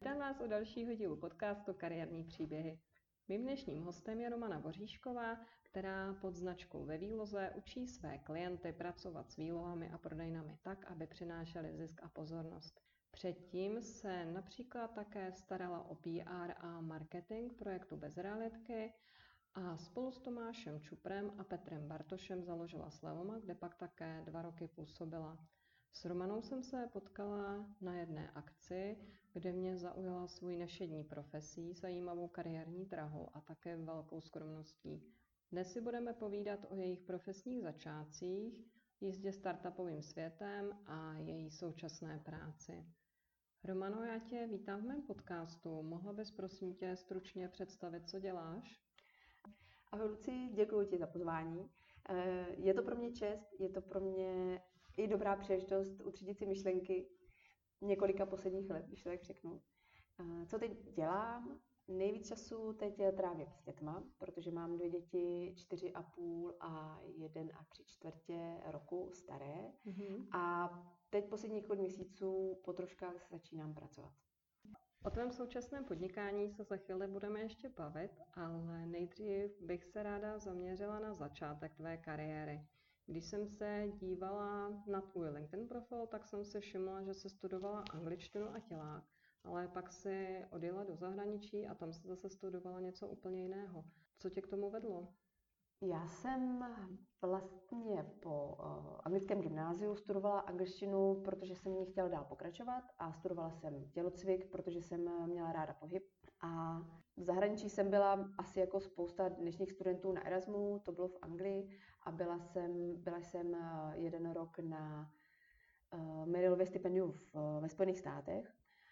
Vítám vás u dalšího dílu podcastu Kariérní příběhy. Mým dnešním hostem je Romana Voříšková, která pod značkou Ve výloze učí své klienty pracovat s výlohami a prodejnami tak, aby přinášely zisk a pozornost. Předtím se například také starala o PR a marketing projektu Bez realitky a spolu s Tomášem Čuprem a Petrem Bartošem založila Slevoma, kde pak také 2 roky působila. S Romanou jsem se potkala na jedné akci, kde mě zaujala svou nevšední profesí, zajímavou kariérní drahou a také velkou skromností. Dnes si budeme povídat o jejich profesních začátcích, jízdě startupovým světem a její současné práci. Romano, já tě vítám v mém podcastu. Mohla bys prosím tě stručně představit, co děláš? Ahoj Luci, děkuji ti za pozvání. Je to pro mě čest, je to pro mě i dobrá příležitost utřídit si myšlenky několika posledních let, když to tak řeknu. Co teď dělám? Nejvíc času teď trávím s dětma, protože mám 2 děti, 4,5 a 1 a 3/4 roku staré. A teď posledních několik měsíců po troškách začínám pracovat. O tvém současném podnikání se za chvíli budeme ještě bavit, ale nejdřív bych se ráda zaměřila na začátek tvé kariéry. Když jsem se dívala na tvůj LinkedIn profil, tak jsem si všimla, že jsi studovala angličtinu a tělák, ale pak si odjela do zahraničí a tam si zase studovala něco úplně jiného. Co tě k tomu vedlo? Já jsem vlastně po anglickém gymnáziu studovala angličtinu, protože jsem v ní chtěla dál pokračovat a studovala jsem tělocvik, protože jsem měla ráda pohyb. A v zahraničí jsem byla asi jako spousta dnešních studentů na Erasmu, to bylo v Anglii a byla jsem 1 rok na Merrillově stipendiu ve Spojených státech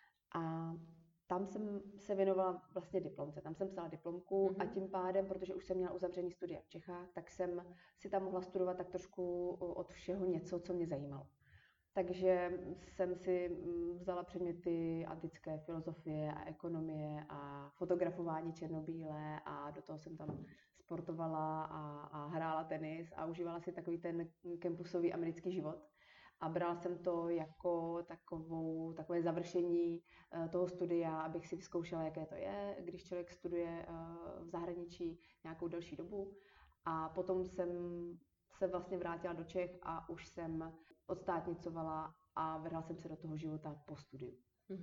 a tam jsem se věnovala vlastně diplomce, tam jsem psala diplomku a tím pádem, protože už jsem měla uzavřený studia v Čechách, tak jsem si tam mohla studovat tak trošku od všeho něco, co mě zajímalo. Takže jsem si vzala předměty antické filozofie a ekonomie a fotografování černobílé a do toho jsem tam sportovala a hrála tenis a užívala si takový ten campusový americký život. A brala jsem to jako takové završení toho studia, abych si vyzkoušela, jaké to je, když člověk studuje v zahraničí nějakou delší dobu. A potom jsem se vlastně vrátila do Čech a už jsem odstátnicovala a vrhla jsem se do toho života po studiu.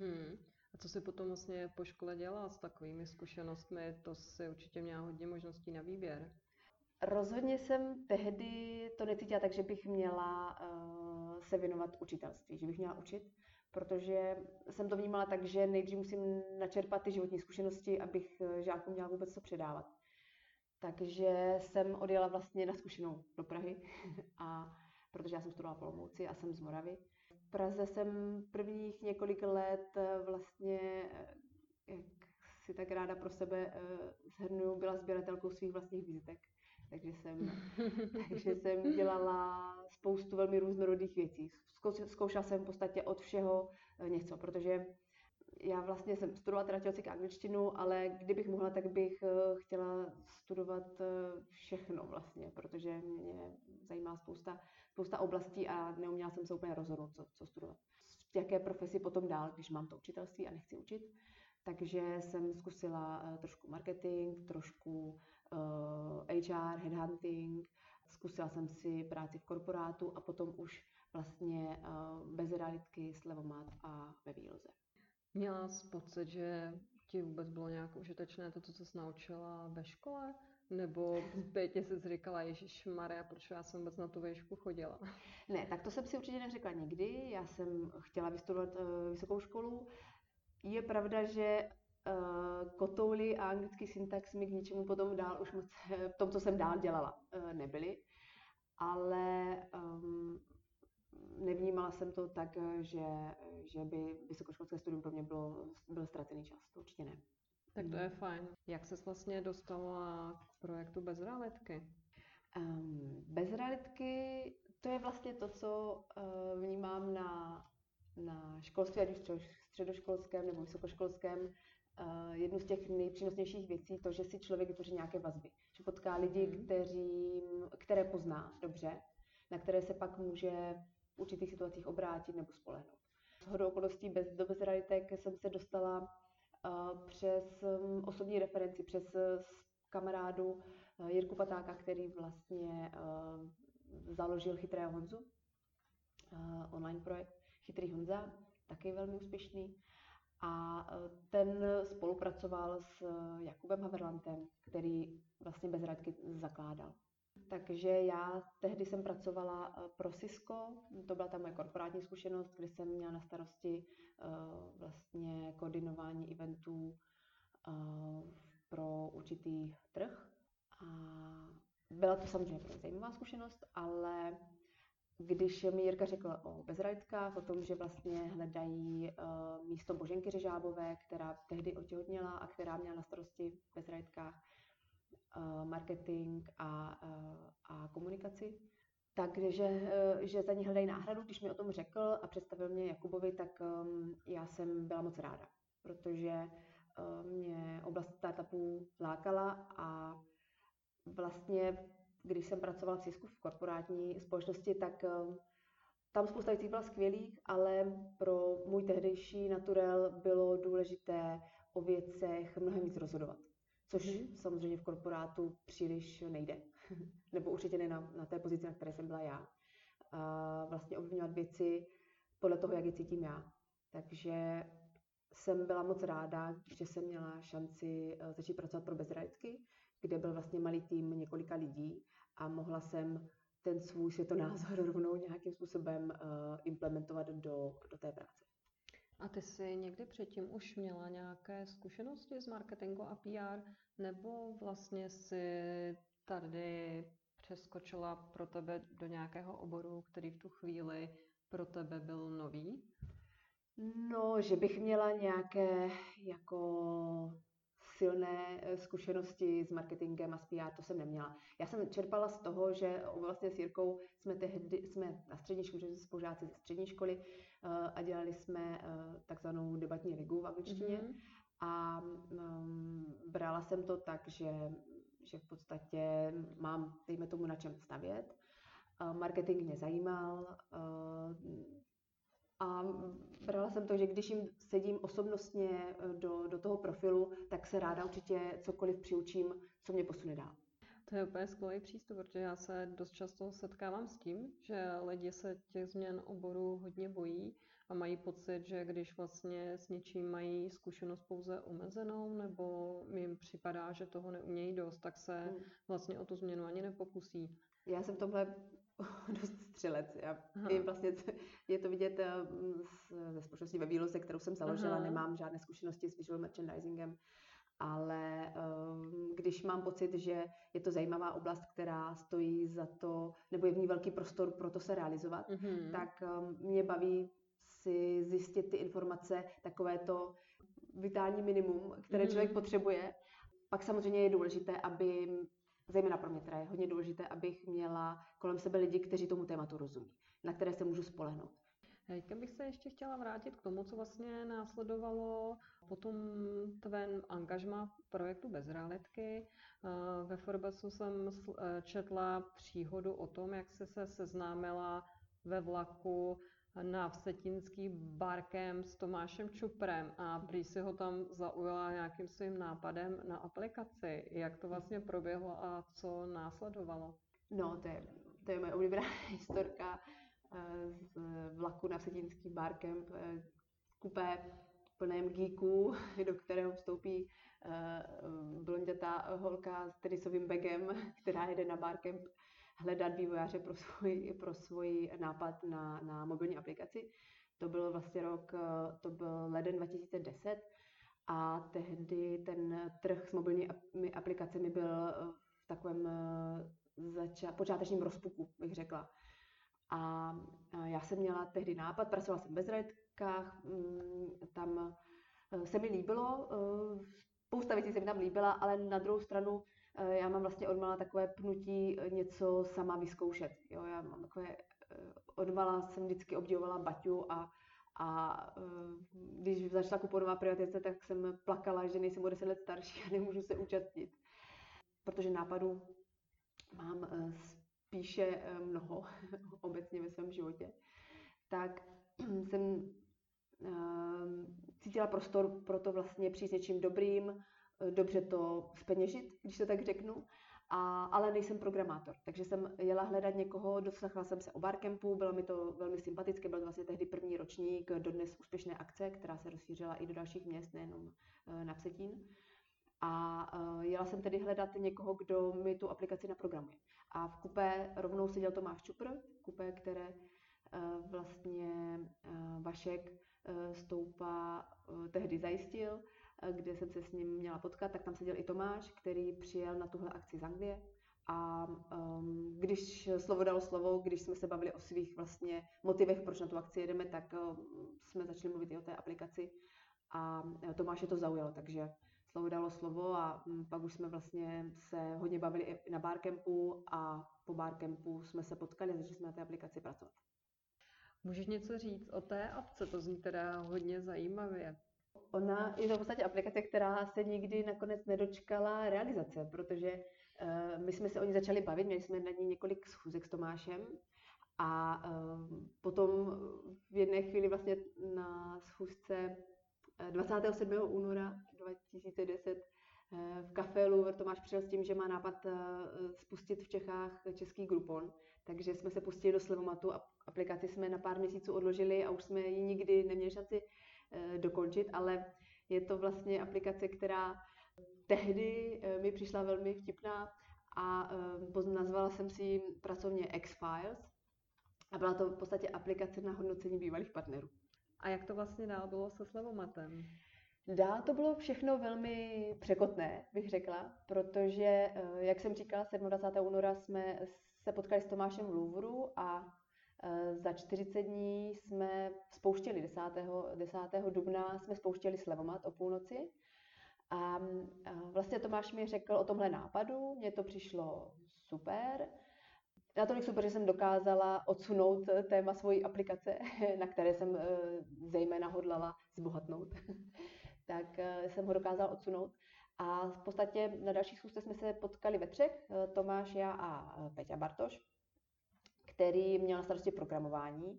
A co jsi potom vlastně po škole dělala s takovými zkušenostmi? To si určitě měla hodně možností na výběr. Rozhodně jsem tehdy to necítila tak, že bych měla se věnovat učitelství, že bych měla učit, protože jsem to vnímala tak, že nejdřív musím načerpat ty životní zkušenosti, abych žákům měla vůbec co předávat. Takže jsem odjela vlastně na zkušenou do Prahy, a protože já jsem studovala v Olomouci a jsem z Moravy. V Praze jsem prvních několik let vlastně, jak si tak ráda pro sebe shrnuju, byla sběratelkou svých vlastních vizitek. Takže jsem dělala spoustu velmi různorodých věcí. Zkoušela jsem v podstatě od všeho něco, protože já vlastně jsem studovala teda tělocvik a angličtinu, ale kdybych mohla, tak bych chtěla studovat všechno vlastně, protože mě zajímá spousta oblastí a neuměla jsem se úplně rozhodnout, co studovat. V jaké profesi potom dál, když mám to učitelství a nechci učit. Takže jsem zkusila trošku marketing, trošku HR, headhunting, zkusila jsem si práci v korporátu a potom už vlastně Bez realitky, Slevomat a Ve výloze. Měla jsi pocit, že ti vůbec bylo nějak užitečné to, co jsi naučila ve škole? Nebo zpětně jsi říkala, ježišmarja, proč já jsem vůbec na tu výšku chodila? Ne, tak to jsem si určitě neřekla nikdy. Já jsem chtěla vystudovat vysokou školu. Je pravda, že kotouly a anglický syntax mi k ničemu potom dál už moc v tom, co jsem dál dělala, nebyly. Ale nevnímala jsem to tak, že by vysokoškolské studium pro mě byl ztracený čas. To určitě ne. Tak to je fajn. Jak ses vlastně dostala k projektu Bez realitky? Bez realitky, to je vlastně to, co vnímám na školství, ať už středoškolském nebo vysokoškolském, jednu z těch nejpřínosnějších věcí, to, že si člověk vytvoří nějaké vazby. Že potká lidi, které pozná dobře, na které se pak může v určitých situacích obrátit nebo spolehnout. Shodou okolností do Bezrealitek jsem se dostala přes osobní referenci, přes kamarádu Jirku Patáka, který vlastně založil Chytrého Honzu, online projekt Chytrý Honza, taky velmi úspěšný. A ten spolupracoval s Jakubem Haverlantem, který vlastně Bezrealitky zakládal. Takže já tehdy jsem pracovala pro Cisco, to byla ta moje korporátní zkušenost, kde jsem měla na starosti vlastně koordinování eventů pro určitý trh. A byla to samozřejmě pro mě zajímavá zkušenost, ale když mi Jirka řekl o Bezrealitkách, o tom, že vlastně hledají místo Boženky Řežábové, která tehdy otěhotněla a která měla na starosti v Bezrealitkách marketing a komunikaci, takže že za ní hledají náhradu. Když mi o tom řekl a představil mě Jakubovi, tak já jsem byla moc ráda, protože mě oblast startupů lákala a vlastně, když jsem pracovala v Cisku v korporátní společnosti, tak tam spousta věcí byla skvělých, ale pro můj tehdejší naturel bylo důležité o věcech mnohem víc rozhodovat. Což samozřejmě v korporátu příliš nejde. Nebo určitě ne na té pozici, na které jsem byla já. Vlastně ovlivňovat věci podle toho, jak je cítím já. Takže jsem byla moc ráda, že jsem měla šanci začít pracovat pro Bezrealitky, kde byl vlastně malý tým několika lidí a mohla jsem ten svůj světonázor rovnou nějakým způsobem implementovat do té práce. A ty jsi někdy předtím už měla nějaké zkušenosti z marketingu a PR, nebo vlastně jsi tady přeskočila pro tebe do nějakého oboru, který v tu chvíli pro tebe byl nový? No, že bych měla nějaké jako silné zkušenosti s marketingem a s PR, to jsem neměla. Já jsem čerpala z toho, že vlastně s Jirkou jsme na střední škole, že jsme spolužáci ze střední školy a dělali jsme takzvanou debatní ligu v angličtině. A brala jsem to tak, že v podstatě mám, dejme tomu, na čem stavět. Marketing mě zajímal a brala jsem to, že když jim sedím osobnostně do toho profilu, tak se ráda určitě cokoliv přiučím, co mě posune dál. To je úplně skvělý přístup, protože já se dost často setkávám s tím, že lidi se těch změn oboru hodně bojí a mají pocit, že když vlastně s něčím mají zkušenost pouze omezenou nebo jim připadá, že toho neumějí dost, tak se vlastně o tu změnu ani nepokusí. Já jsem v tomhle dost střelec. Vlastně je to vidět ze společnosti ve Výloze, kterou jsem založila. Nemám žádné zkušenosti s visual merchandisingem, ale když mám pocit, že je to zajímavá oblast, která stojí za to, nebo je v ní velký prostor pro to se realizovat, tak mě baví si zjistit ty informace, takové to vitální minimum, které člověk potřebuje. Pak samozřejmě je důležité, aby, zejména pro mě teda je hodně důležité, abych měla kolem sebe lidi, kteří tomu tématu rozumí, na které se můžu spolehnout. Teďka bych se ještě chtěla vrátit k tomu, co vlastně následovalo potom tvém angažmá v projektu Bezrealitky. Ve Forbesu jsem četla příhodu o tom, jak jsi se seznámila ve vlaku na Vsetínský barkem s Tomášem Čuprem a prý si ho tam zaujala nějakým svým nápadem na aplikaci. Jak to vlastně proběhlo a co následovalo? No, to je moje oblíbená historka z vlaku na Vsetínský barcamp, kupé plném geeků, do kterého vstoupí blondětá holka s tenisovým bagem, která jede na barcamp hledat vývojáře pro svůj nápad na mobilní aplikaci. To byl vlastně to byl leden 2010 a tehdy ten trh s mobilními aplikacemi byl v takovém počátečním rozpuku, bych řekla. A já jsem měla tehdy nápad, pracovala jsem v Bezrealitkách, tam se mi líbilo, spousta věcí se mi tam líbila, ale na druhou stranu já mám vlastně odmala takové pnutí něco sama vyzkoušet. Jo? Já mám takové, odmala jsem vždycky obdivovala Baťu a když začala kuponová privatizace, tak jsem plakala, že nejsem o 10 let starší a nemůžu se účastnit. Protože nápadů mám spíše mnoho obecně ve svém životě, tak jsem cítila prostor pro to vlastně přijít s něčím dobrým, dobře to zpeněžit, když to tak řeknu, ale nejsem programátor, takže jsem jela hledat někoho, doslechla jsem se o Barcampu, bylo mi to velmi sympatické, byl to vlastně tehdy první ročník dodnes úspěšné akce, která se rozšířila i do dalších měst, nejenom na Vsetín. A jela jsem tedy hledat někoho, kdo mi tu aplikaci naprogramuje. A v kupé rovnou seděl Tomáš Čupr, kupé, které vlastně Vašek Stoupa tehdy zajistil, kde jsem se s ním měla potkat, tak tam seděl i Tomáš, který přijel na tuhle akci z Anglie. A když slovo dalo slovo, když jsme se bavili o svých vlastně motivech, proč na tu akci jedeme, tak jsme začali mluvit i o té aplikaci a Tomáše to zaujalo, takže slovo dalo slovo a pak už jsme vlastně se hodně bavili i na Barcampu a po Barcampu jsme se potkali a začali jsme na té aplikaci pracovat. Můžeš něco říct o té apce? To zní teda hodně zajímavě. Ona je to v podstatě aplikace, která se nikdy nakonec nedočkala realizace, protože my jsme se o ní začali bavit, měli jsme na ní několik schůzek s Tomášem a potom v jedné chvíli vlastně na schůzce 27. února 2010 v Café Louvre Tomáš přišel s tím, že má nápad spustit v Čechách český Groupon, takže jsme se pustili do Slevomatu a aplikaci jsme na pár měsíců odložili a už jsme ji nikdy neměli šanci dokončit, ale je to vlastně aplikace, která tehdy mi přišla velmi vtipná a nazvala jsem si ji pracovně X-Files a byla to v podstatě aplikace na hodnocení bývalých partnerů. A jak to vlastně dál bylo se Slevomatem? Dál to bylo všechno velmi překotné, bych řekla, protože, jak jsem říkala, 27. února jsme se potkali s Tomášem v Louvru a za 40 dní jsme spouštěli 10. dubna jsme spouštěli Slevomat o půlnoci a vlastně Tomáš mi řekl o tomhle nápadu, mně to přišlo super. Natolik super, že jsem dokázala odsunout téma svojí aplikace, na které jsem zejména hodlala zbohatnout. Tak jsem ho dokázala odsunout. A v podstatě na další schůzce jsme se potkali ve třech, Tomáš, já a Peťa Bartoš, který měl na starosti programování.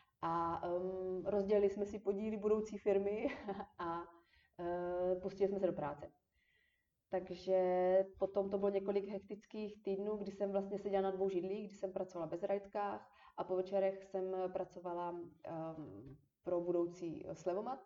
A rozdělili jsme si podíly budoucí firmy a pustili jsme se do práce. Takže potom to bylo několik hektických týdnů, kdy jsem vlastně seděla na 2 židlích, kdy jsem pracovala bez rajtkách a po večerech jsem pracovala pro budoucí Slevomat.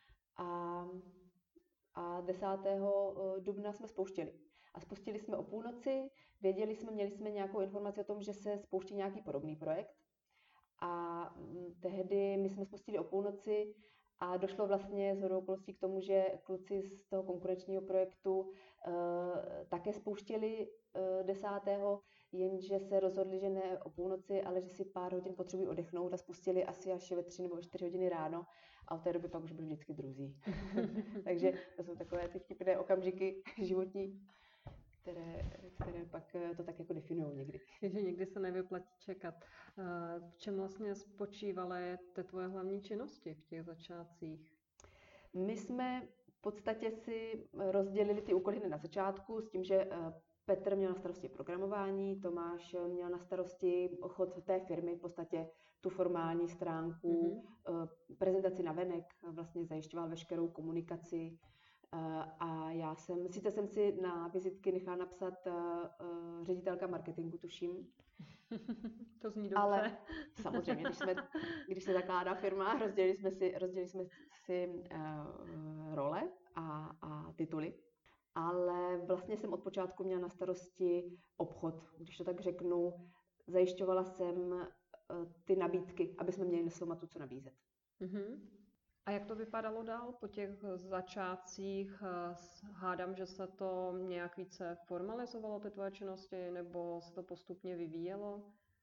A 10. dubna jsme spouštěli. A spustili jsme o půlnoci, měli jsme nějakou informaci o tom, že se spouští nějaký podobný projekt. A tehdy my jsme spustili o půlnoci a došlo vlastně shodou okolností k tomu, že kluci z toho konkurenčního projektu také spouštěli 10. jenže se rozhodli, že ne o půlnoci, ale že si pár hodin potřebují oddechnout a spustili asi až ve 3 nebo ve 4 hodiny ráno a od té doby pak už byli vždycky druzí. Takže to jsou takové ty vtipné okamžiky životní, které pak to tak jako definují někdy. Takže někdy se nevyplatí čekat. V čem vlastně spočívaly ty tvoje hlavní činnosti v těch začátcích? My jsme v podstatě si rozdělili ty úkoly hned na začátku s tím, že Petr měl na starosti programování, Tomáš měl na starosti chod té firmy, v podstatě tu formální stránku, prezentaci navenek, vlastně zajišťoval veškerou komunikaci. A sice jsem si na vizitky nechala napsat ředitelka marketingu, tuším. To zní dobře. Ale samozřejmě, když se zakládá firma, rozdělili jsme si role a tituly. Ale vlastně jsem od počátku měla na starosti obchod, když to tak řeknu. Zajišťovala jsem ty nabídky, aby jsme měli na Slevomatu co nabízet. A jak to vypadalo dál po těch začátcích? Hádám, že se to nějak více formalizovalo, ty tvoje činnosti, nebo se to postupně vyvíjelo?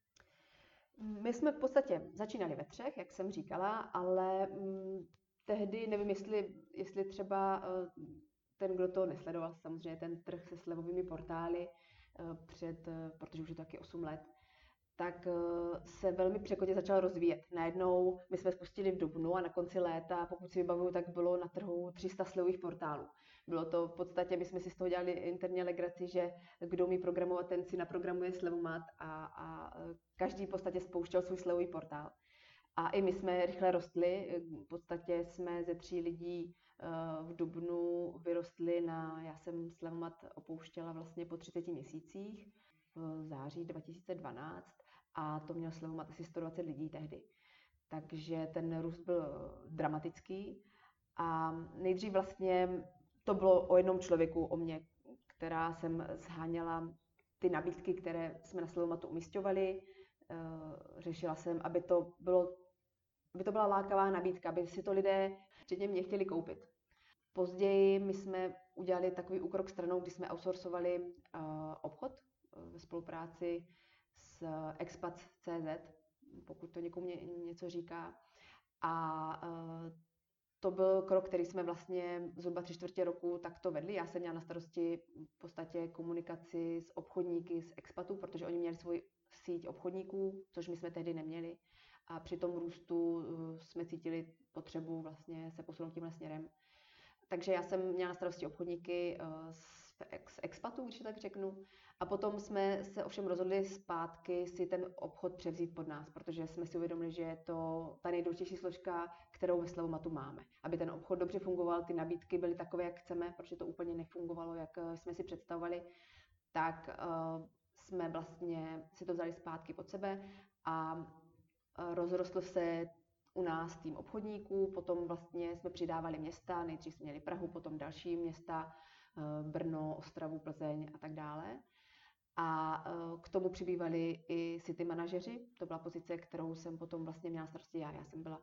My jsme v podstatě začínali ve 3, jak jsem říkala, ale tehdy nevím, jestli třeba ten, kdo to nesledoval, samozřejmě ten trh se slevovými portály, protože už je to taky 8 let, tak se velmi překotně začal rozvíjet. Najednou my jsme spustili v dubnu a na konci léta, pokud si vybavuju, tak bylo na trhu 300 slevových portálů. Bylo to v podstatě, my jsme si z toho dělali interně legraci, že kdo umí programovat, ten si naprogramuje Slevomat a každý v podstatě spouštěl svůj slevový portál. A i my jsme rychle rostli, v podstatě jsme ze 3 lidí v dubnu vyrostli já jsem Slevomat opouštěla vlastně po 30 měsících v září 2012 a to měl Slevomat asi 120 lidí tehdy. Takže ten růst byl dramatický a nejdřív vlastně to bylo o jednom člověku, o mně, která jsem sháněla ty nabídky, které jsme na Slevomatu umisťovali. Řešila jsem, aby to byla lákavá nabídka, aby si to lidé, včetně mě, chtěli koupit. Později my jsme udělali takový úkrok stranou, kdy jsme outsourcovali obchod ve spolupráci s Expats.cz, pokud to někomu něco říká. A to byl krok, který jsme vlastně zhruba 3/4 roku takto vedli. Já jsem měla na starosti v podstatě komunikaci s obchodníky, s expatů, protože oni měli svoji síť obchodníků, což my jsme tehdy neměli. A při tom růstu jsme cítili potřebu vlastně se posunout tímhle směrem. Takže já jsem měla na starosti obchodníky z expatů, když tak řeknu. A potom jsme se ovšem rozhodli zpátky si ten obchod převzít pod nás, protože jsme si uvědomili, že je to ta nejdůležitější složka, kterou ve Slevomatu máme. Aby ten obchod dobře fungoval, ty nabídky byly takové, jak chceme, protože to úplně nefungovalo, jak jsme si představovali, tak jsme vlastně si to vzali zpátky pod sebe a rozrostl se u nás tým obchodníků, potom vlastně jsme přidávali města, nejdřív jsme měli Prahu, potom další města, Brno, Ostravu, Plzeň a tak dále. A k tomu přibývali i city manažeři, to byla pozice, kterou jsem potom vlastně měla na starosti já. Já jsem byla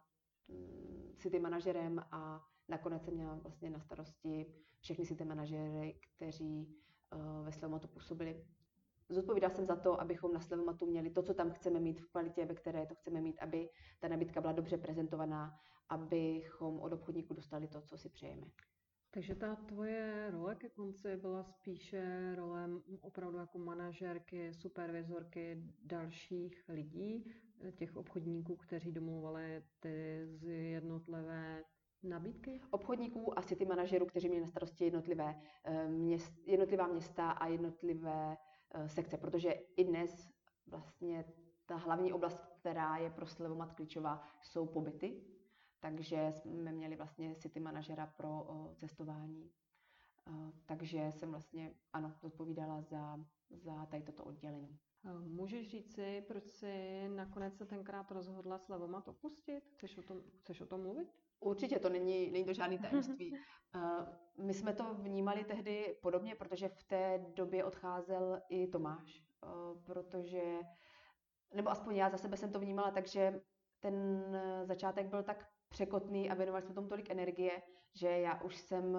city manažerem a nakonec jsem měla vlastně na starosti všechny city manažery, kteří ve Slevomatu působili. Zodpovídala jsem za to, abychom na Slevomatu měli to, co tam chceme mít v kvalitě, ve které to chceme mít, aby ta nabídka byla dobře prezentovaná, abychom od obchodníků dostali to, co si přejeme. Takže ta tvoje role ke konci byla spíše role opravdu jako manažerky, supervizorky dalších lidí, těch obchodníků, kteří domlouvali ty jednotlivé nabídky? Obchodníků a city manažerů, kteří měli na starosti jednotlivá města a jednotlivé sekce, protože i dnes vlastně ta hlavní oblast, která je pro Slevomat klíčová, jsou pobyty. Takže jsme měli vlastně city manažera pro cestování. Takže jsem vlastně, ano, zodpovídala za tady toto oddělení. Můžeš říci, proč jsi nakonec se tenkrát rozhodla Slevomat opustit? Chceš o tom mluvit? Určitě, to není to žádný tajemství. My jsme to vnímali tehdy podobně, protože v té době odcházel i Tomáš, nebo aspoň já za sebe jsem to vnímala tak, že ten začátek byl tak překotný a věnovali jsme tomu tolik energie, že já už jsem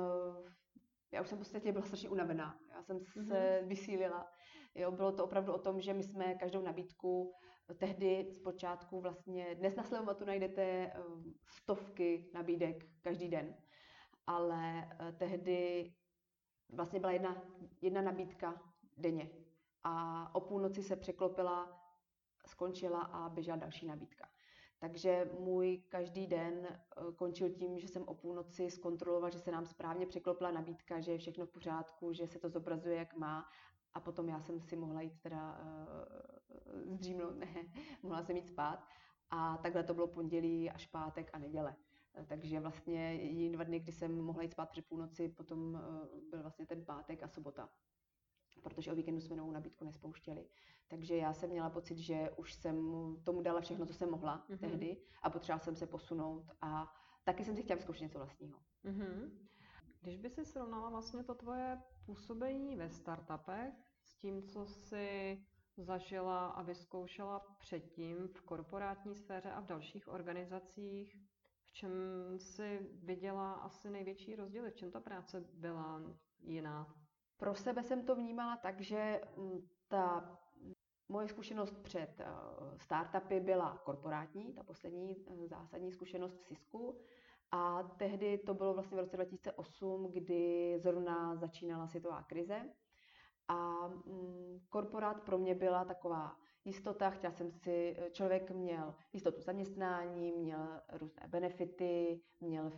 v podstatě byla strašně unavená. Já jsem se vysílila. Jo, bylo to opravdu o tom, že my jsme každou nabídku tehdy zpočátku vlastně, dnes na Slevomatu najdete stovky nabídek každý den, ale tehdy vlastně byla jedna nabídka denně a o půlnoci se překlopila, skončila a běžela další nabídka. Takže můj každý den končil tím, že jsem o půlnoci zkontroloval, že se nám správně překlopila nabídka, že je všechno v pořádku, že se to zobrazuje, jak má. A potom já jsem si mohla jít teda zdřímnout, mohla jsem jít spát. A takhle to bylo pondělí až pátek a neděle. Takže vlastně jediný 2 dny, kdy jsem mohla jít spát před půlnoci, potom byl vlastně ten pátek a sobota. Protože o víkendu jsme novou nabídku nespouštěli. Takže já jsem měla pocit, že už jsem tomu dala všechno, co jsem mohla tehdy a potřebovala jsem se posunout a taky jsem si chtěla vyzkoušet něco vlastního. Když by si srovnala vlastně to tvoje působení ve startupech s tím, co jsi zažila a vyzkoušela předtím v korporátní sféře a v dalších organizacích, v čem jsi viděla asi největší rozdíly? V čem ta práce byla jiná? Pro sebe jsem to vnímala tak, že ta moje zkušenost před startupy byla korporátní, ta poslední zásadní zkušenost v Sisku. A tehdy to bylo vlastně v roce 2008, kdy zrovna začínala světová krize. A korporát pro mě byla taková jistota, člověk měl jistotu zaměstnání, měl různé benefity, měl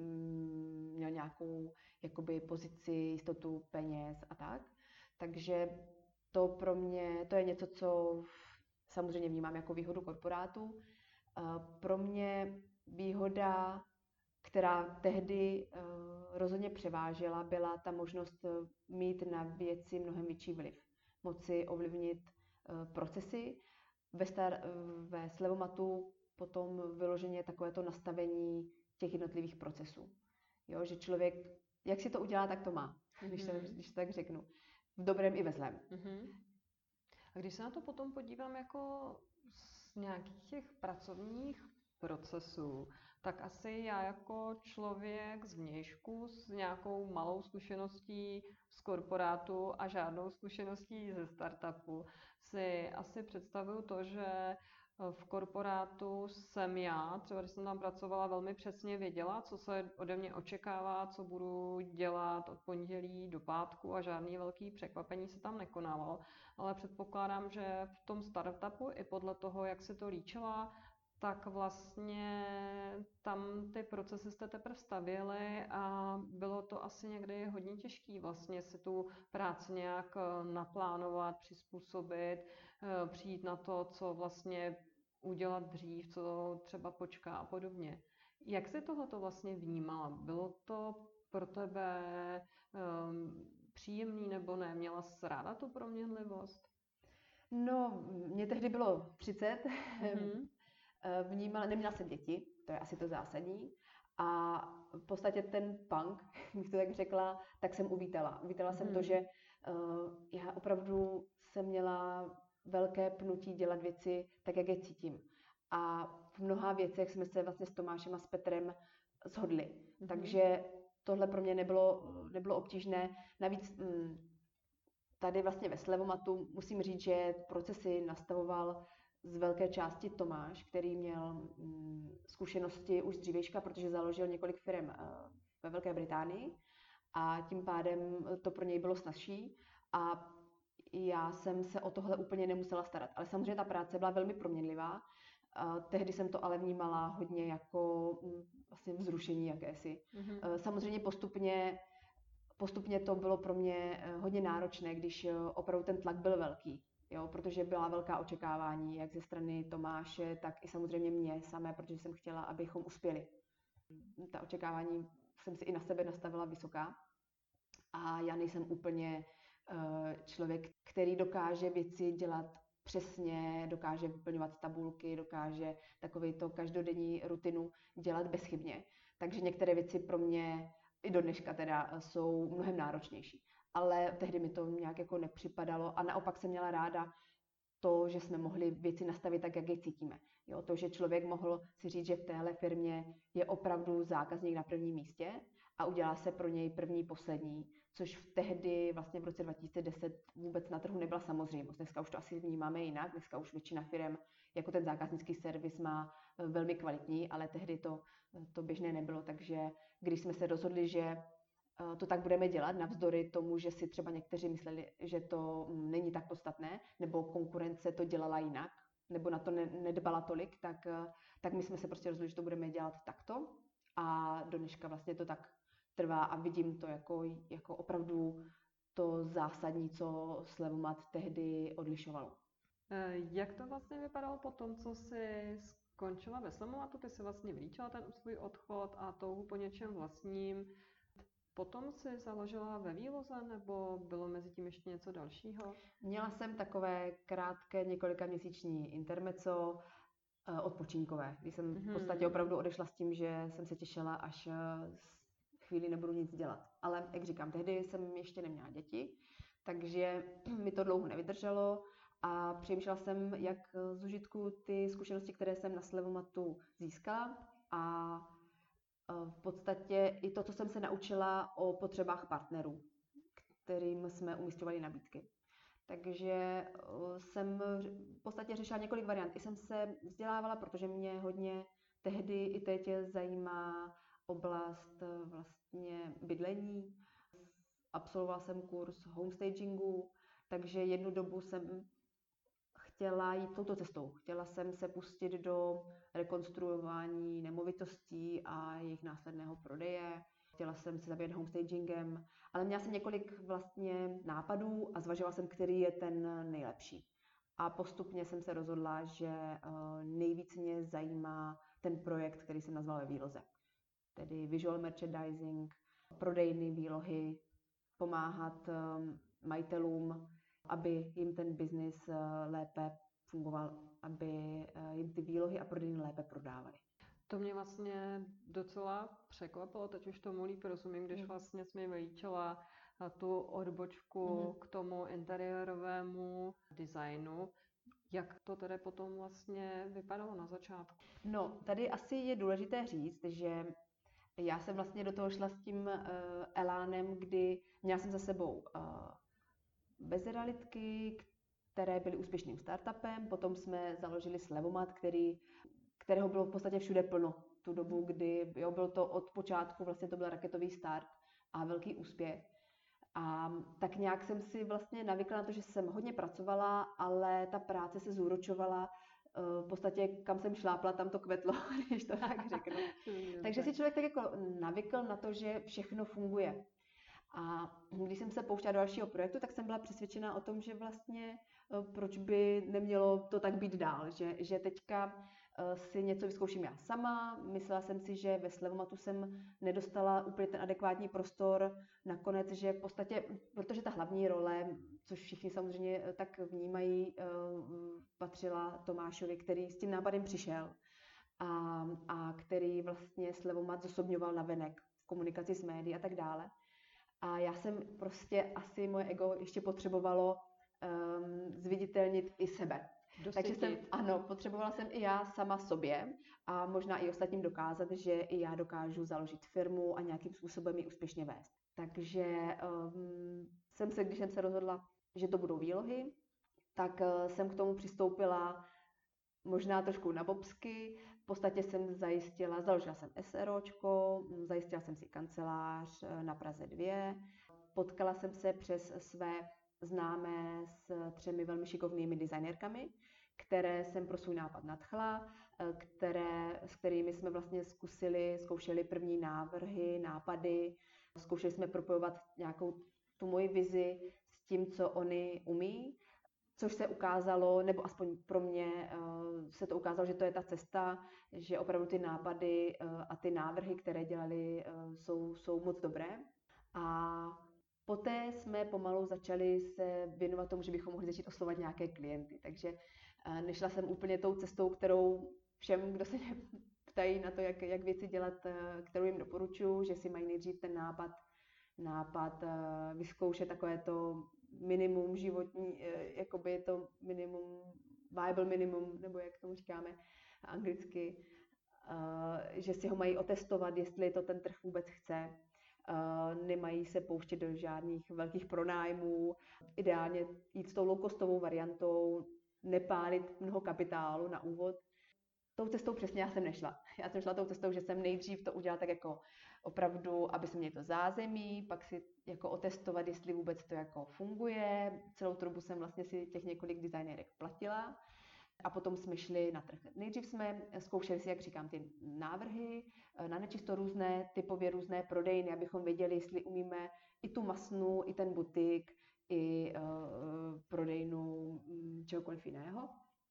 nějakou jakoby pozici, jistotu peněz a tak. Takže to pro mě, to je něco, co samozřejmě vnímám jako výhodu korporátu. Pro mě výhoda, která tehdy rozhodně převážela, byla ta možnost mít na věci mnohem větší vliv. Moci ovlivnit procesy. Ve Slevomatu potom vyloženě takovéto nastavení těch jednotlivých procesů. Jo, že člověk, jak si to udělá, tak to má, když to tak řeknu. V dobrém i ve zlém. A když se na to potom podívám jako z nějakých těch pracovních procesů, tak asi já jako člověk z vnějšku s nějakou malou zkušeností z korporátu a žádnou zkušeností ze startupu si asi představuju to, že v korporátu jsem já, třeba když jsem tam pracovala, velmi přesně věděla, co se ode mě očekává, co budu dělat od pondělí do pátku a žádný velký překvapení se tam nekonalo. Ale předpokládám, že v tom startupu i podle toho, jak se to líčila, tak vlastně tam ty procesy jste teprve stavěli a bylo to asi někdy hodně těžké vlastně si tu práci nějak naplánovat, přizpůsobit, přijít na to, co vlastně udělat dřív, co třeba počká a podobně. Jak jsi tohleto vlastně vnímala? Bylo to pro tebe příjemný nebo ne? Měla jsi ráda tu proměnlivost? No, mě tehdy bylo 30. Neměla jsem děti, to je asi to zásadní. A v podstatě ten punk, bych to tak řekla, tak jsem uvítala. Uvítala jsem to, že já opravdu jsem měla velké pnutí dělat věci tak, jak je cítím. A v mnoha věcech jsme se vlastně s Tomášem a s Petrem shodli. Takže tohle pro mě nebylo obtížné. Navíc tady vlastně ve Slevomatu musím říct, že procesy nastavoval z velké části Tomáš, který měl zkušenosti už z dřívějška, protože založil několik firm ve Velké Británii a tím pádem to pro něj bylo snazší a já jsem se o tohle úplně nemusela starat. Ale samozřejmě ta práce byla velmi proměnlivá. Tehdy jsem to ale vnímala hodně jako vlastně vzrušení jakési. Samozřejmě postupně to bylo pro mě hodně náročné, když opravdu ten tlak byl velký. Jo, protože byla velká očekávání, jak ze strany Tomáše, tak i samozřejmě mě samé, protože jsem chtěla, abychom uspěli. Ta očekávání jsem si i na sebe nastavila vysoká. A já nejsem úplně člověk, který dokáže věci dělat přesně, dokáže vyplňovat tabulky, dokáže takovejto každodenní rutinu dělat bezchybně. Takže některé věci pro mě i do dneška teda jsou mnohem náročnější. Ale tehdy mi to nějak jako nepřipadalo a naopak jsem měla ráda to, že jsme mohli věci nastavit tak, jak je cítíme. Jo, to, že člověk mohl si říct, že v téhle firmě je opravdu zákazník na prvním místě a udělá se pro něj první, poslední, což tehdy vlastně v roce 2010 vůbec na trhu nebyla samozřejmost. Dneska už to asi vnímáme jinak, dneska už většina firm jako ten zákaznický servis má velmi kvalitní, ale tehdy to běžné nebylo, takže když jsme se rozhodli, že to tak budeme dělat, navzdory tomu, že si třeba někteří mysleli, že to není tak podstatné, nebo konkurence to dělala jinak, nebo na to nedbala tolik, tak my jsme se prostě rozhodli, že to budeme dělat takto a do dneška vlastně to tak trvá a vidím to jako opravdu to zásadní, co Slevomat tehdy odlišovalo. Jak to vlastně vypadalo po tom, co jsi skončila ve Slevomatu? Ty jsi vlastně vylíčila ten svůj odchod a touhu po něčem vlastním. Potom jsi založila ve Výloze, nebo bylo mezi tím ještě něco dalšího? Měla jsem takové krátké několikaměsíční intermezzo odpočinkové, kdy jsem v podstatě opravdu odešla s tím, že jsem se těšila, až chvíli nebudu nic dělat. Ale jak říkám, tehdy jsem ještě neměla děti, takže mi to dlouho nevydrželo a přemýšlela jsem, jak z užitku ty zkušenosti, které jsem na Slevomatu získala a v podstatě i to, co jsem se naučila o potřebách partnerů, kterým jsme umisťovali nabídky. Takže jsem v podstatě řešila několik variant. I jsem se vzdělávala, protože mě hodně tehdy i teď zajímá oblast vlastně bydlení. Absolvovala jsem kurz homestagingu, takže jednu dobu jsem chtěla jít touto cestou. Chtěla jsem se pustit do rekonstruování nemovitostí a jejich následného prodeje. Chtěla jsem se zabývat homestagingem, ale měla jsem několik vlastně nápadů a zvažovala jsem, který je ten nejlepší. A postupně jsem se rozhodla, že nejvíc mě zajímá ten projekt, který jsem nazvala Ve výloze. Tedy visual merchandising, prodejny, výlohy, pomáhat majitelům, aby jim ten biznis lépe fungoval, aby jim ty výlohy a prodejny lépe prodávaly. To mě vlastně docela překvapilo, teď už tomu líp rozumím, když vlastně jsi mi vylíčila tu odbočku k tomu interiérovému designu. Jak to tedy potom vlastně vypadalo na začátku? No, tady asi je důležité říct, že já jsem vlastně do toho šla s tím elánem, kdy měla jsem za sebou bezrealitky, které byly úspěšným startupem, potom jsme založili Slevomat, kterého bylo v podstatě všude plno tu dobu, kdy bylo to od počátku, vlastně to byl raketový start a velký úspěch. A tak nějak jsem si vlastně navykla na to, že jsem hodně pracovala, ale ta práce se zúročovala. V podstatě kam jsem šlápla, tam to kvetlo, když to tak řeknu. Takže si člověk tak jako navykl na to, že všechno funguje. A když jsem se pouštěla do dalšího projektu, tak jsem byla přesvědčená o tom, že vlastně proč by nemělo to tak být dál, že teďka si něco vyzkouším já sama. Myslela jsem si, že ve Slevomatu jsem nedostala úplně ten adekvátní prostor. Nakonec, že v podstatě, protože ta hlavní role, což všichni samozřejmě tak vnímají, patřila Tomášovi, který s tím nápadem přišel a který vlastně Slevomat zosobňoval navenek v komunikaci s médií a tak dále. A já jsem prostě, asi moje ego ještě potřebovalo zviditelnit i sebe. Takže potřebovala jsem i já sama sobě a možná i ostatním dokázat, že i já dokážu založit firmu a nějakým způsobem ji úspěšně vést. Takže když jsem se rozhodla, že to budou výlohy, tak jsem k tomu přistoupila možná trošku na bobsky. V podstatě jsem založila jsem SROčko, zajistila jsem si kancelář na Praze 2, potkala jsem se přes své známé s 3 velmi šikovnými designérkami, které jsem pro svůj nápad nadchla, s kterými jsme vlastně zkoušeli první návrhy, nápady, zkoušeli jsme propojovat nějakou tu moji vizi s tím, co oni umí, což se ukázalo, nebo aspoň pro mě se to ukázalo, že to je ta cesta, že opravdu ty nápady a ty návrhy, které dělali, jsou moc dobré. A poté jsme pomalu začali se věnovat tomu, že bychom mohli začít oslovovat nějaké klienty. Takže nešla jsem úplně tou cestou, kterou všem, kdo se mě ptají na to, jak věci dělat, kterou jim doporučuji, že si mají nejdřív ten nápad vyzkoušet takové to minimum životní, jakoby to minimum, viable minimum, nebo jak tomu říkáme anglicky, že si ho mají otestovat, jestli to ten trh vůbec chce. Nemají se pouštět do žádných velkých pronájmů, ideálně jít s tou low-costovou variantou, nepálit mnoho kapitálu na úvod. Tou cestou přesně já jsem nešla. Já jsem šla tou cestou, že jsem nejdřív to udělala tak jako opravdu, aby se měli to zázemí, pak si jako otestovat, jestli vůbec to jako funguje. Celou tu dobu jsem vlastně si těch několik designérek platila a potom jsme šli na trh. Nejdřív jsme zkoušeli si, jak říkám, ty návrhy, na nečisto typově různé prodejny, abychom věděli, jestli umíme i tu masnu, i ten butik, i prodejnu čehokoliv jiného.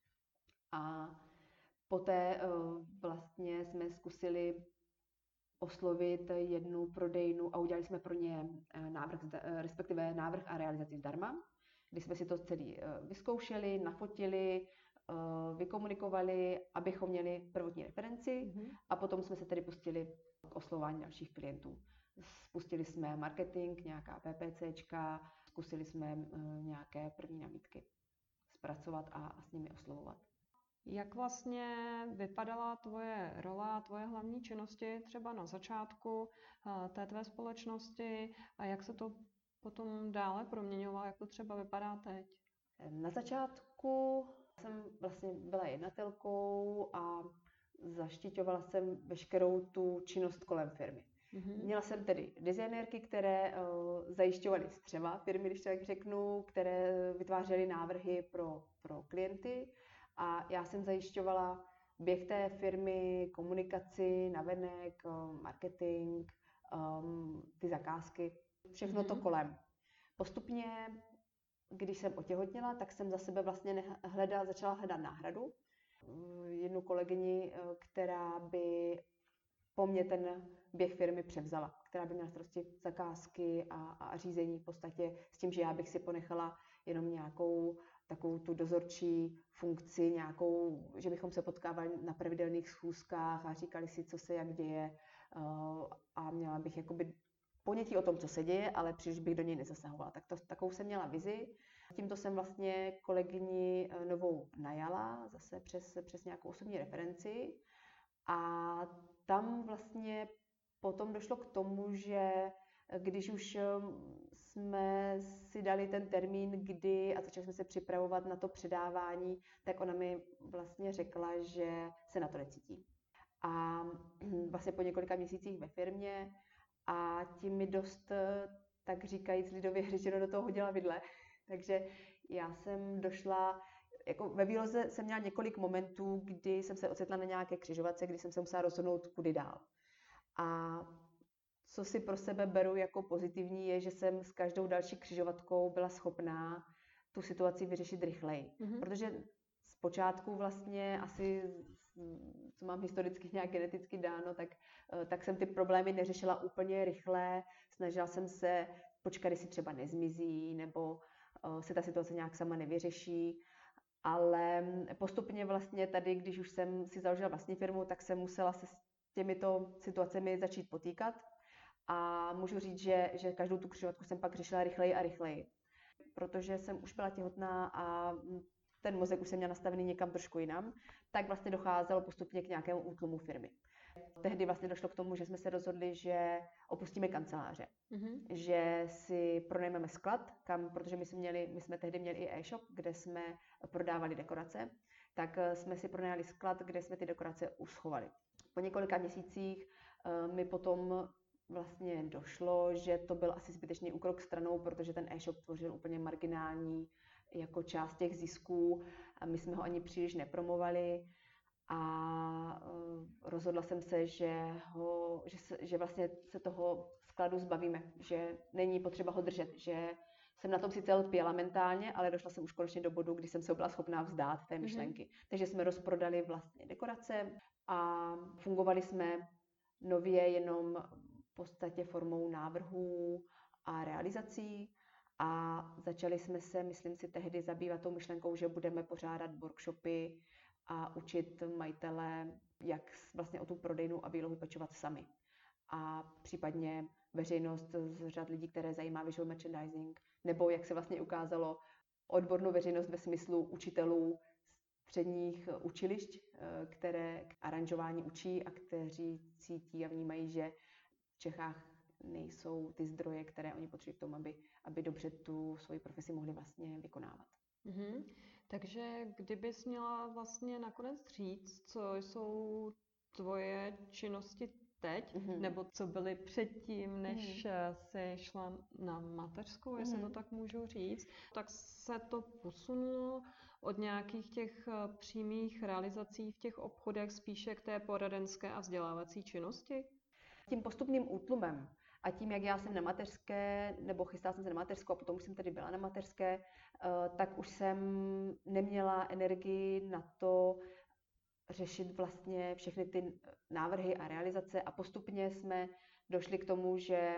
A poté vlastně jsme zkusili oslovit jednu prodejnu a udělali jsme pro ně návrh a realizaci zdarma, kdy jsme si to celý vyzkoušeli, nafotili, vykomunikovali, abychom měli prvotní referenci a potom jsme se tedy pustili k oslovování dalších klientů. Spustili jsme marketing, nějaká PPCčka, zkusili jsme nějaké první nabídky zpracovat a s nimi oslovovat. Jak vlastně vypadala tvoje role a tvoje hlavní činnosti třeba na začátku té tvé společnosti a jak se to potom dále proměňovalo, jak to třeba vypadá teď? Na začátku jsem vlastně byla jednatelkou a zaštiťovala jsem veškerou tu činnost kolem firmy. Měla jsem tedy designérky, které zajišťovaly střeva firmy, když to tak řeknu, které vytvářely návrhy pro klienty a já jsem zajišťovala běh té firmy, komunikaci, navenek, marketing, ty zakázky, všechno to kolem. Postupně když jsem otěhotněla, tak jsem za sebe vlastně začala hledat náhradu. Jednu kolegyni, která by po mně ten běh firmy převzala, která by měla starosti zakázky a řízení v podstatě s tím, že já bych si ponechala jenom nějakou takovou tu dozorčí funkci, nějakou, že bychom se potkávali na pravidelných schůzkách a říkali si, co se jak děje a měla bych jakoby ponětí o tom, co se děje, ale příliš bych do něj nezasahovala. Takovou jsem měla vizi. Tímto jsem vlastně kolegyni novou najala, zase přes nějakou osobní referenci. A tam vlastně potom došlo k tomu, že když už jsme si dali ten termín, kdy a začali jsme se připravovat na to předávání, tak ona mi vlastně řekla, že se na to necítí. A vlastně po několika měsících ve firmě a tím mi dost, tak říkajíc lidově řečeno, do toho hodila vidle. Takže já jsem došla, jako ve výloze jsem měla několik momentů, kdy jsem se ocitla na nějaké křižovatce, kdy jsem se musela rozhodnout, kudy dál. A co si pro sebe beru jako pozitivní, je, že jsem s každou další křižovatkou byla schopná tu situaci vyřešit rychleji. Protože zpočátku vlastně asi, co mám historicky nějak geneticky dáno, tak jsem ty problémy neřešila úplně rychle. Snažila jsem se počkat, jestli třeba nezmizí, nebo se ta situace nějak sama nevyřeší. Ale postupně vlastně tady, když už jsem si založila vlastní firmu, tak jsem musela se s těmito situacemi začít potýkat. A můžu říct, že každou tu křižovatku jsem pak řešila rychleji a rychleji. Protože jsem už byla těhotná a ten mozek už jsem měla nastavený někam trošku jinam, tak vlastně docházelo postupně k nějakému útlumu firmy. Tehdy vlastně došlo k tomu, že jsme se rozhodli, že opustíme kanceláře, že si pronajmeme sklad, protože my jsme tehdy měli i e-shop, kde jsme prodávali dekorace, tak jsme si pronajali sklad, kde jsme ty dekorace uschovali. Po několika měsících mi potom vlastně došlo, že to byl asi zbytečný úkrok stranou, protože ten e-shop tvořil úplně marginální jako část těch zisků a my jsme ho ani příliš nepromovali a rozhodla jsem se, že vlastně se toho skladu zbavíme, že není potřeba ho držet, že jsem na tom sice lpěla mentálně, ale došla jsem už konečně do bodu, kdy jsem se byla schopná vzdát té myšlenky. Takže jsme rozprodali vlastně dekorace a fungovali jsme nově jenom v podstatě formou návrhů a realizací a začali jsme se, myslím si, tehdy zabývat tou myšlenkou, že budeme pořádat workshopy a učit majitele, jak vlastně o tu prodejnu a výlohu pečovat sami. A případně veřejnost z řad lidí, které zajímá visual merchandising, nebo jak se vlastně ukázalo, odbornou veřejnost ve smyslu učitelů středních učilišť, které k aranžování učí a kteří cítí a vnímají, že v Čechách nejsou ty zdroje, které oni potřebují k tomu, aby dobře tu svoji profesi mohli vlastně vykonávat. Takže kdybys měla vlastně nakonec říct, co jsou tvoje činnosti teď, nebo co byly předtím, než jsi šla na mateřskou, jestli to tak můžu říct, tak se to posunulo od nějakých těch přímých realizací v těch obchodech spíše k té poradenské a vzdělávací činnosti? Tím postupným útlumem a tím, jak já jsem na mateřské, nebo chystala jsem se na mateřskou a potom už jsem tedy byla na mateřské, tak už jsem neměla energii na to řešit vlastně všechny ty návrhy a realizace a postupně jsme došli k tomu, že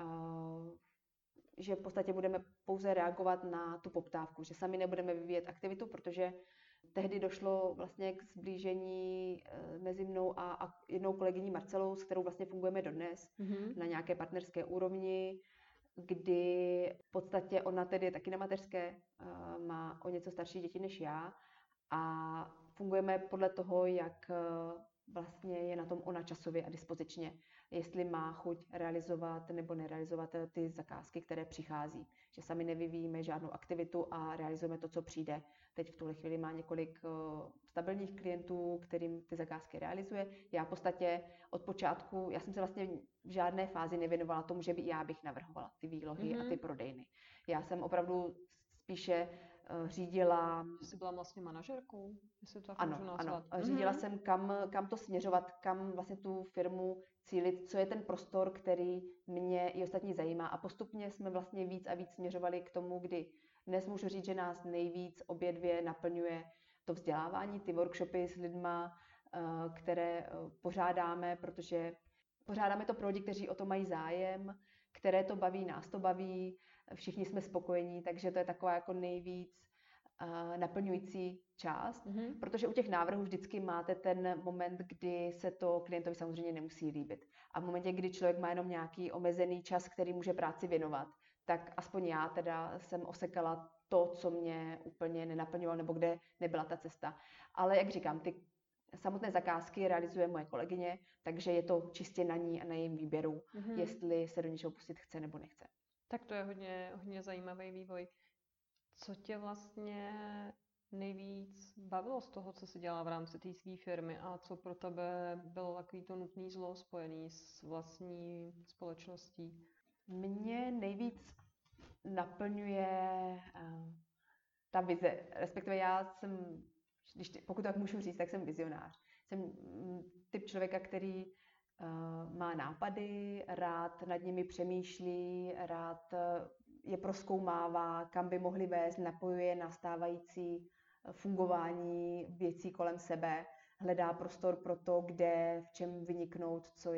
v podstatě budeme pouze reagovat na tu poptávku, že sami nebudeme vyvíjet aktivitu, protože tehdy došlo vlastně k sblížení mezi mnou a jednou kolegyní Marcelou, s kterou vlastně fungujeme dodnes na nějaké partnerské úrovni, kdy v podstatě ona tedy je taky na mateřské, má o něco starší děti než já a fungujeme podle toho, jak vlastně je na tom ona časově a dispozičně, jestli má chuť realizovat nebo nerealizovat ty zakázky, které přichází. Že sami nevyvíjíme žádnou aktivitu a realizujeme to, co přijde. Teď v tuhle chvíli má několik stabilních klientů, kterým ty zakázky realizuje. Já v podstatě od počátku, já jsem se vlastně v žádné fázi nevěnovala tomu, že já bych navrhovala ty výlohy a ty prodejny. Já jsem opravdu spíše řídila. Jsi byla vlastně manažerkou, jestli to tak Ano, můžu ano. nazvat. Řídila jsem, kam to směřovat, kam vlastně tu firmu cílit, co je ten prostor, který mě i ostatní zajímá. A postupně jsme vlastně víc a víc směřovali k tomu, kdy dnes můžu říct, že nás nejvíc obě dvě naplňuje to vzdělávání, ty workshopy s lidma, které pořádáme, protože pořádáme to pro lidi, kteří o to mají zájem, které to baví, nás to baví, všichni jsme spokojení, takže to je taková jako nejvíc naplňující část, protože u těch návrhů vždycky máte ten moment, kdy se to klientovi samozřejmě nemusí líbit. A v momentě, kdy člověk má jenom nějaký omezený čas, který může práci věnovat, tak aspoň já teda jsem osekala to, co mě úplně nenaplňovalo, nebo kde nebyla ta cesta. Ale jak říkám, ty samotné zakázky realizuje moje kolegyně, takže je to čistě na ní a na jejím výběru, jestli se do něčeho pustit chce nebo nechce. Tak to je hodně zajímavý vývoj. Co tě vlastně nejvíc bavilo z toho, co jsi dělala v rámci té své firmy a co pro tebe bylo takový to nutný zlo spojený s vlastní společností? Mě nejvíc naplňuje ta vize, respektive já jsem, pokud tak můžu říct, tak jsem vizionář. Jsem typ člověka, který má nápady, rád nad nimi přemýšlí, rád je prozkoumává, kam by mohly vést, napojuje na stávající fungování věcí kolem sebe, hledá prostor pro to, kde, v čem vyniknout, co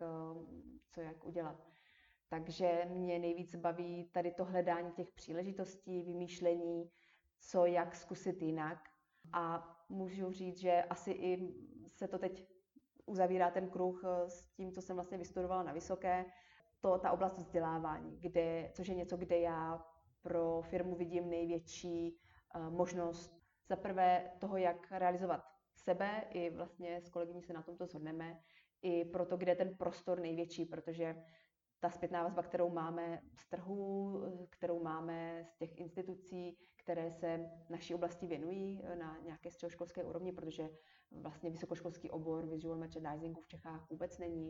jak udělat. Takže mě nejvíc baví tady to hledání těch příležitostí, vymýšlení, co jak zkusit jinak. A můžu říct, že asi i se to teď uzavírá ten kruh s tím, co jsem vlastně vystudovala na vysoké, ta oblast vzdělávání, což je něco, kde já pro firmu vidím největší možnost za prvé toho, jak realizovat sebe, i vlastně s kolegyní se na tomto shodneme, i proto, kde je ten prostor největší, protože ta zpětná vazba, kterou máme z trhu, kterou máme z těch institucí, které se naší oblasti věnují na nějaké středoškolské úrovni, protože vlastně vysokoškolský obor visual merchandisingu v Čechách vůbec není.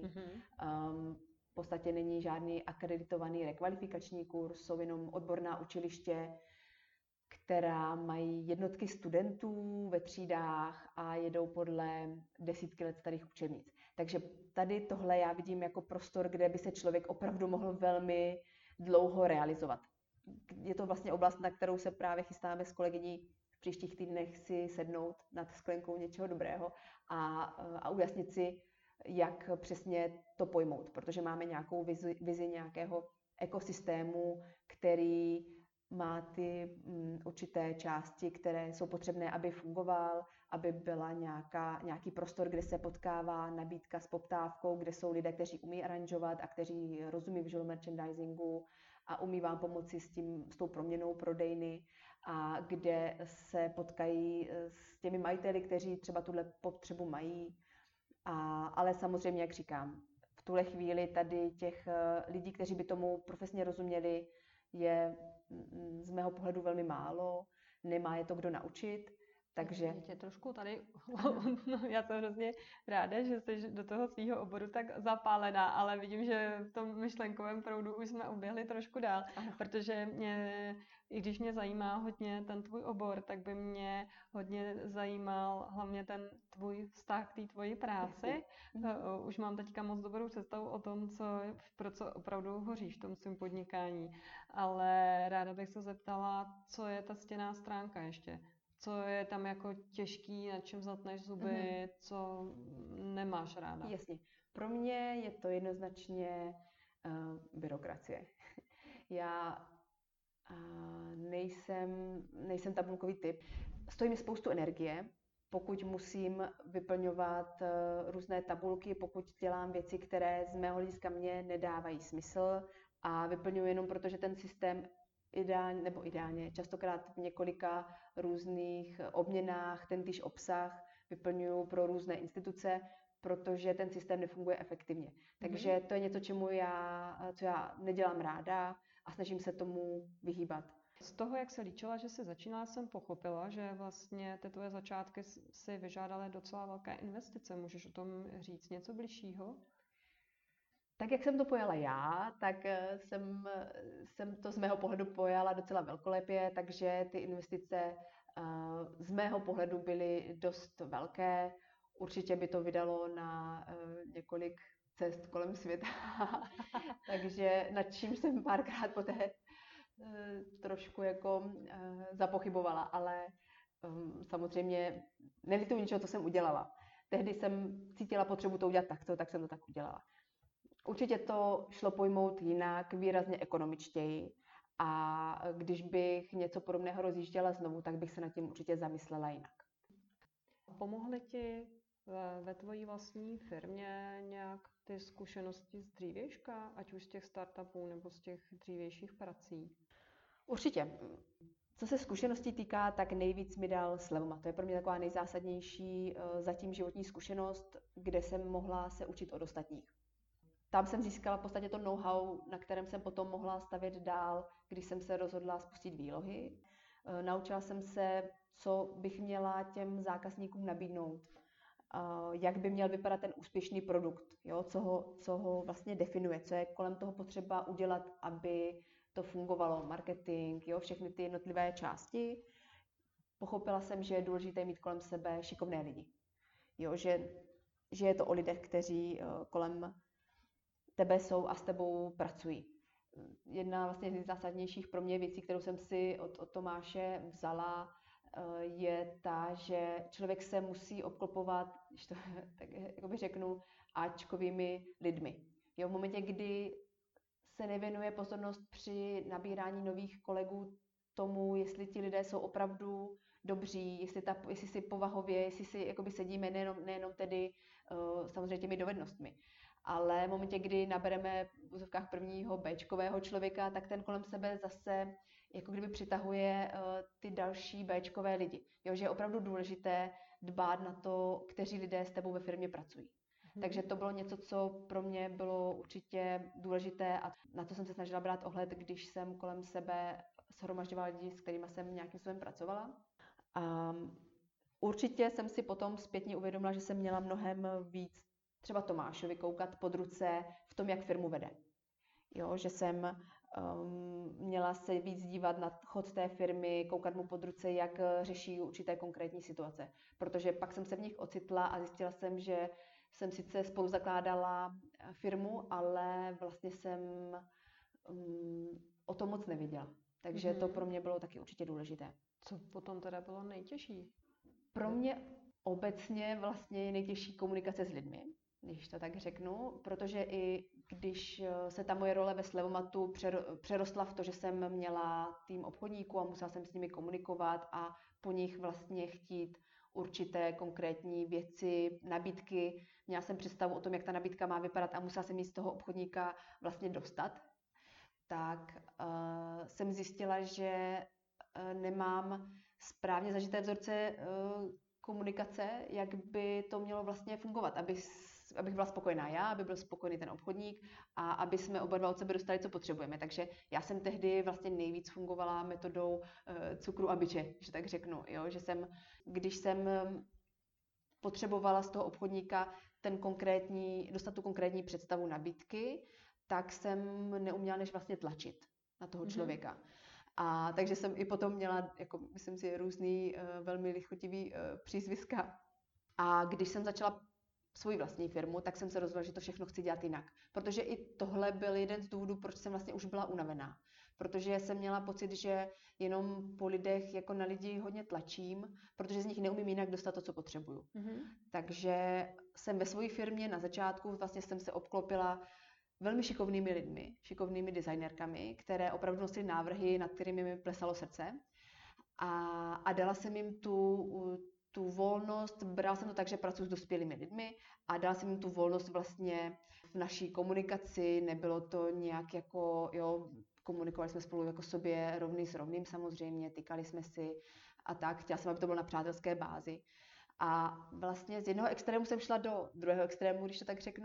V podstatě není žádný akreditovaný rekvalifikační kurz, jsou jenom odborná učiliště, která mají jednotky studentů ve třídách a jedou podle desítky let starých učebnic. Takže tady tohle já vidím jako prostor, kde by se člověk opravdu mohl velmi dlouho realizovat. Je to vlastně oblast, na kterou se právě chystáme s kolegyní v příštích týdnech si sednout nad sklenkou něčeho dobrého a ujasnit si, jak přesně to pojmout, protože máme nějakou vizi nějakého ekosystému, který má ty určité části, které jsou potřebné, aby fungoval, aby byla nějaký prostor, kde se potkává nabídka s poptávkou, kde jsou lidé, kteří umí aranžovat a kteří rozumí visual merchandisingu a umí vám pomoci s tou proměnou prodejny a kde se potkají s těmi majiteli, kteří třeba tuhle potřebu mají. Ale samozřejmě, jak říkám, v tuhle chvíli tady těch lidí, kteří by tomu profesně rozuměli, je z mého pohledu velmi málo, nemá je to kdo naučit, takže... Tě trošku tady, no, já jsem hrozně ráda, že jsi do toho svého oboru tak zapálená, ale vidím, že v tom myšlenkovém proudu už jsme uběhli trošku dál, protože i když mě zajímá hodně ten tvůj obor, tak by mě hodně zajímal hlavně ten tvůj vztah k té tvoji práci. Už mám teďka moc dobrou představu o tom, pro co opravdu hoříš v tom svém podnikání, ale ráda bych se zeptala, co je ta stěnná stránka ještě. Co je tam jako těžký, nad čím zatneš zuby, co nemáš ráda? Jasně. Pro mě je to jednoznačně byrokracie. Já nejsem tabulkový typ. Stojí mi spoustu energie, pokud musím vyplňovat různé tabulky, pokud dělám věci, které z mého hlediska mě nedávají smysl a vyplňuji jenom proto, že ten systém ideálně, častokrát v několika různých obměnách tentýž obsah vyplňuju pro různé instituce, protože ten systém nefunguje efektivně. Takže to je něco, co já nedělám ráda a snažím se tomu vyhýbat. Z toho, jak se líčila, že jsi začínala, jsem pochopila, že vlastně ty tvoje začátky si vyžádaly docela velké investice. Můžeš o tom říct něco bližšího? Tak, jak jsem to pojala já, tak jsem to z mého pohledu pojala docela velkolepě, takže ty investice z mého pohledu byly dost velké. Určitě by to vydalo na několik cest kolem světa. Takže nad čím jsem párkrát poté trošku jako zapochybovala, ale samozřejmě nelituji ničeho, co jsem udělala. Tehdy jsem cítila potřebu to udělat takto, tak jsem to tak udělala. Určitě to šlo pojmout jinak, výrazně ekonomičtěji, a když bych něco podobného rozjížděla znovu, tak bych se nad tím určitě zamyslela jinak. Pomohly ti ve tvojí vlastní firmě nějak ty zkušenosti z dřívějška, ať už z těch startupů nebo z těch dřívějších prací? Určitě. Co se zkušeností týká, tak nejvíc mi dal Slevomat. To je pro mě taková nejzásadnější zatím životní zkušenost, kde jsem mohla se učit od ostatních. Tam jsem získala v podstatě to know-how, na kterém jsem potom mohla stavět dál, když jsem se rozhodla spustit výlohy. Naučila jsem se, co bych měla těm zákazníkům nabídnout, jak by měl vypadat ten úspěšný produkt, jo? Co ho vlastně definuje, co je kolem toho potřeba udělat, aby to fungovalo, marketing, jo? Všechny ty jednotlivé části. Pochopila jsem, že je důležité mít kolem sebe šikovné lidi. Jo? Že je to o lidech, kteří kolem tebe jsou a s tebou pracují. Jedna vlastně z nejzásadnějších pro mě věcí, kterou jsem si od Tomáše vzala, je ta, že člověk se musí obklopovat, když to tak jakoby řeknu, áčkovými lidmi. Jo, v momentě, kdy se nevěnuje pozornost při nabírání nových kolegů tomu, jestli ti lidé jsou opravdu dobří, jestli si povahově, jestli si jakoby sedíme nejenom tedy samozřejmě těmi dovednostmi, ale v momentě, kdy nabereme v úzovkách prvního Bčkového člověka, tak ten kolem sebe zase jako kdyby přitahuje ty další Bčkové lidi. Jo, že je opravdu důležité dbát na to, kteří lidé s tebou ve firmě pracují. Takže to bylo něco, co pro mě bylo určitě důležité a na to jsem se snažila brát ohled, když jsem kolem sebe shromažďovala lidi, s kterými jsem nějakým způsobem pracovala. Určitě jsem si potom zpětně uvědomila, že jsem měla mnohem víc třeba Tomášovi koukat pod ruce v tom, jak firmu vede. Jo, že jsem měla se víc dívat na chod té firmy, koukat mu pod ruce, jak řeší určité konkrétní situace. Protože pak jsem se v nich ocitla a zjistila jsem, že jsem sice spolu zakládala firmu, ale vlastně jsem o tom moc nevěděla. Takže to pro mě bylo taky určitě důležité. Co potom teda bylo nejtěžší? Pro mě obecně vlastně je nejtěžší komunikace s lidmi, když to tak řeknu, protože i když se ta moje role ve Slevomatu přerostla v to, že jsem měla tým obchodníků a musela jsem s nimi komunikovat a po nich vlastně chtít určité konkrétní věci, nabídky. Měla jsem představu o tom, jak ta nabídka má vypadat a musela jsem ji z toho obchodníka vlastně dostat. Tak jsem zjistila, že nemám správně zažité vzorce komunikace, jak by to mělo vlastně fungovat, abych byla spokojená já, aby byl spokojený ten obchodník a aby jsme oba dva od sebe dostali, co potřebujeme. Takže já jsem tehdy vlastně nejvíc fungovala metodou cukru a biče, že tak řeknu. Jo? Že když jsem potřebovala z toho obchodníka dostat tu konkrétní představu nabídky, tak jsem neuměla než vlastně tlačit na toho člověka. A takže jsem i potom měla, jako myslím si, různý velmi lichotivý přízviska. A když jsem začala svoji vlastní firmu, tak jsem se rozhodla, že to všechno chci dělat jinak. Protože i tohle byl jeden z důvodů, proč jsem vlastně už byla unavená. Protože jsem měla pocit, že jenom po lidech, jako na lidi hodně tlačím, protože z nich neumím jinak dostat to, co potřebuju. Takže jsem ve své firmě na začátku vlastně jsem se obklopila velmi šikovnými lidmi, šikovnými designérkami, které opravdu nosily návrhy, nad kterými mi plesalo srdce. A dala jsem jim tu volnost, brala jsem to tak, že pracuji s dospělými lidmi a dala jsem jim tu volnost vlastně v naší komunikaci, nebylo to nějak jako, jo, komunikovali jsme spolu jako sobě rovný s rovným samozřejmě, tykali jsme si a tak, chtěla jsem, aby to bylo na přátelské bázi. A vlastně z jednoho extrému jsem šla do druhého extrému, když to tak řeknu,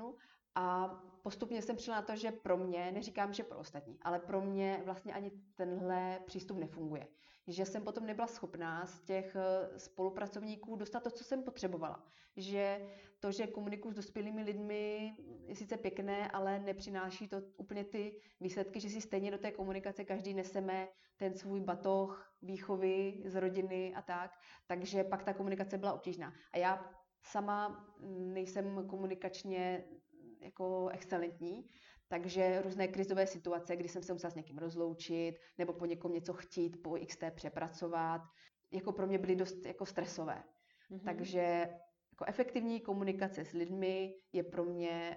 A postupně jsem přišla na to, že pro mě, neříkám, že pro ostatní, ale pro mě vlastně ani tenhle přístup nefunguje. Že jsem potom nebyla schopná z těch spolupracovníků dostat to, co jsem potřebovala. Že to, že komunikuju s dospělými lidmi, je sice pěkné, ale nepřináší to úplně ty výsledky, že si stejně do té komunikace každý neseme ten svůj batoh výchovy z rodiny a tak. Takže pak ta komunikace byla obtížná. A já sama nejsem komunikačně jako excelentní, takže různé krizové situace, kdy jsem se musela s někým rozloučit, nebo po někom něco chtít, po XT přepracovat, jako pro mě byly dost jako stresové. Takže jako efektivní komunikace s lidmi je pro mě,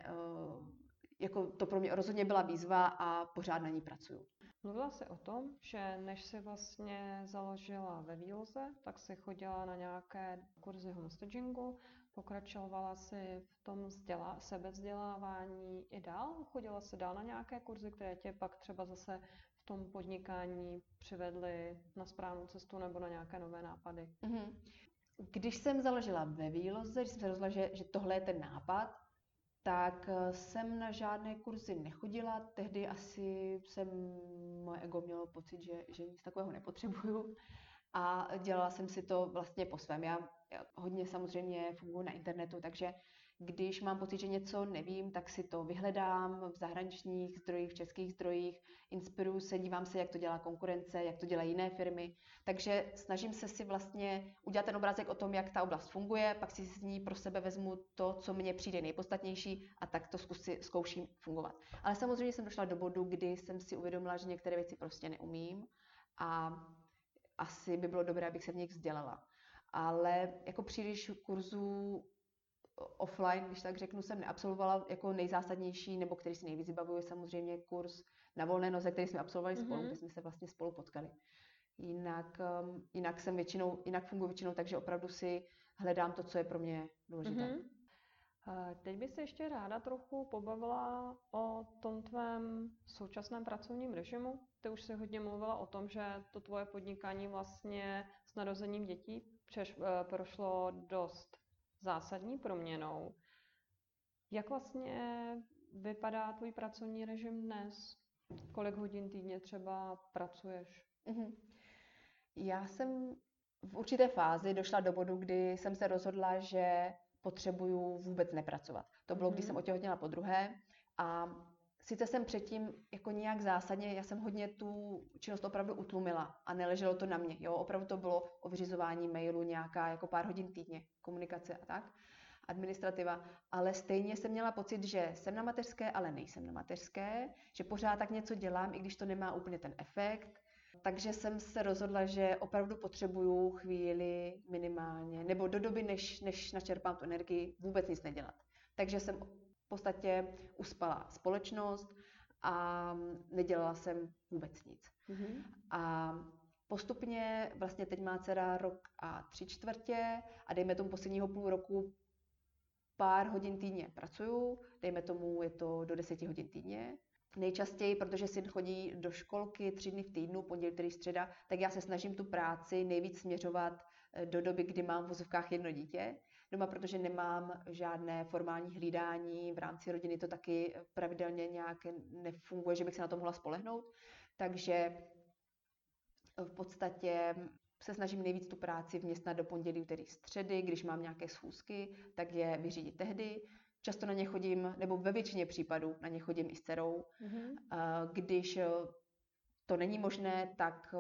jako to pro mě rozhodně byla výzva a pořád na ní pracuju. Mluvila jsi o tom, že než jsi vlastně založila ve Výloze, tak jsi chodila na nějaké kurzy homestagingu, pokračovala jsi v tom sebevzdělávání i dál? Chodila jsi dál na nějaké kurzy, které tě pak třeba zase v tom podnikání přivedly na správnou cestu nebo na nějaké nové nápady? Když jsem založila ve Výloze, když jsem se rozhodla, že tohle je ten nápad, tak jsem na žádné kurzy nechodila. Tehdy asi moje ego mělo pocit, že nic takového nepotřebuju. A dělala jsem si to vlastně po svém. Já hodně samozřejmě funguji na internetu, takže když mám pocit, že něco nevím, tak si to vyhledám v zahraničních zdrojích, v českých zdrojích, inspiruju se, dívám se, jak to dělá konkurence, jak to dělají jiné firmy. Takže snažím se si vlastně udělat ten obrázek o tom, jak ta oblast funguje, pak si z ní pro sebe vezmu to, co mně přijde nejpodstatnější a tak to zkouším fungovat. Ale samozřejmě jsem došla do bodu, kdy jsem si uvědomila, že některé věci prostě neumím a asi by bylo dobré, abych se v nich vzdělala. Ale jako příliš kurzů offline, když tak řeknu, jsem neabsolvovala. Jako nejzásadnější, nebo který si nejvíc vybavuju, samozřejmě kurz na volné noze, který jsme absolvovali spolu, kde jsme se vlastně spolu potkali. Jinak funguji většinou tak, že opravdu si hledám to, co je pro mě důležité. Teď bych se ještě ráda trochu pobavila o tom tvém současném pracovním režimu. Ty už si hodně mluvila o tom, že to tvoje podnikání vlastně s narozením dětí prošlo dost zásadní proměnou. Jak vlastně vypadá tvůj pracovní režim dnes? Kolik hodin týdně třeba pracuješ? Já jsem v určité fázi došla do bodu, kdy jsem se rozhodla, že potřebuju vůbec nepracovat. To bylo, když jsem otěhotněla podruhé a sice jsem předtím jako nějak zásadně, já jsem hodně tu činnost opravdu utlumila a neleželo to na mě. Jo? Opravdu to bylo o vyřizování mailu, nějaká jako pár hodin týdně, komunikace a tak, administrativa, ale stejně jsem měla pocit, že jsem na mateřské, ale nejsem na mateřské, že pořád tak něco dělám, i když to nemá úplně ten efekt. Takže jsem se rozhodla, že opravdu potřebuju chvíli minimálně, nebo do doby, než načerpám tu energii, vůbec nic nedělat. Takže jsem v podstatě uspala společnost a nedělala jsem vůbec nic. A postupně, vlastně teď má dcera rok a 3/4 a dejme tomu posledního půl roku pár hodin týdně pracuju, dejme tomu je to do 10 hodin týdně. Nejčastěji, protože syn chodí do školky 3 dny v týdnu, pondělí, úterý, středa, tak já se snažím tu práci nejvíc směřovat do doby, kdy mám v vozovkách jedno dítě doma, protože nemám žádné formální hlídání, v rámci rodiny to taky pravidelně nějak nefunguje, že bych se na to mohla spolehnout, takže v podstatě se snažím nejvíc tu práci vměstnat do pondělí, úterý, středy, když mám nějaké schůzky, tak je vyřídit tehdy. Často na ně chodím, nebo ve většině případů na ně chodím i s dcerou. Když to není možné, tak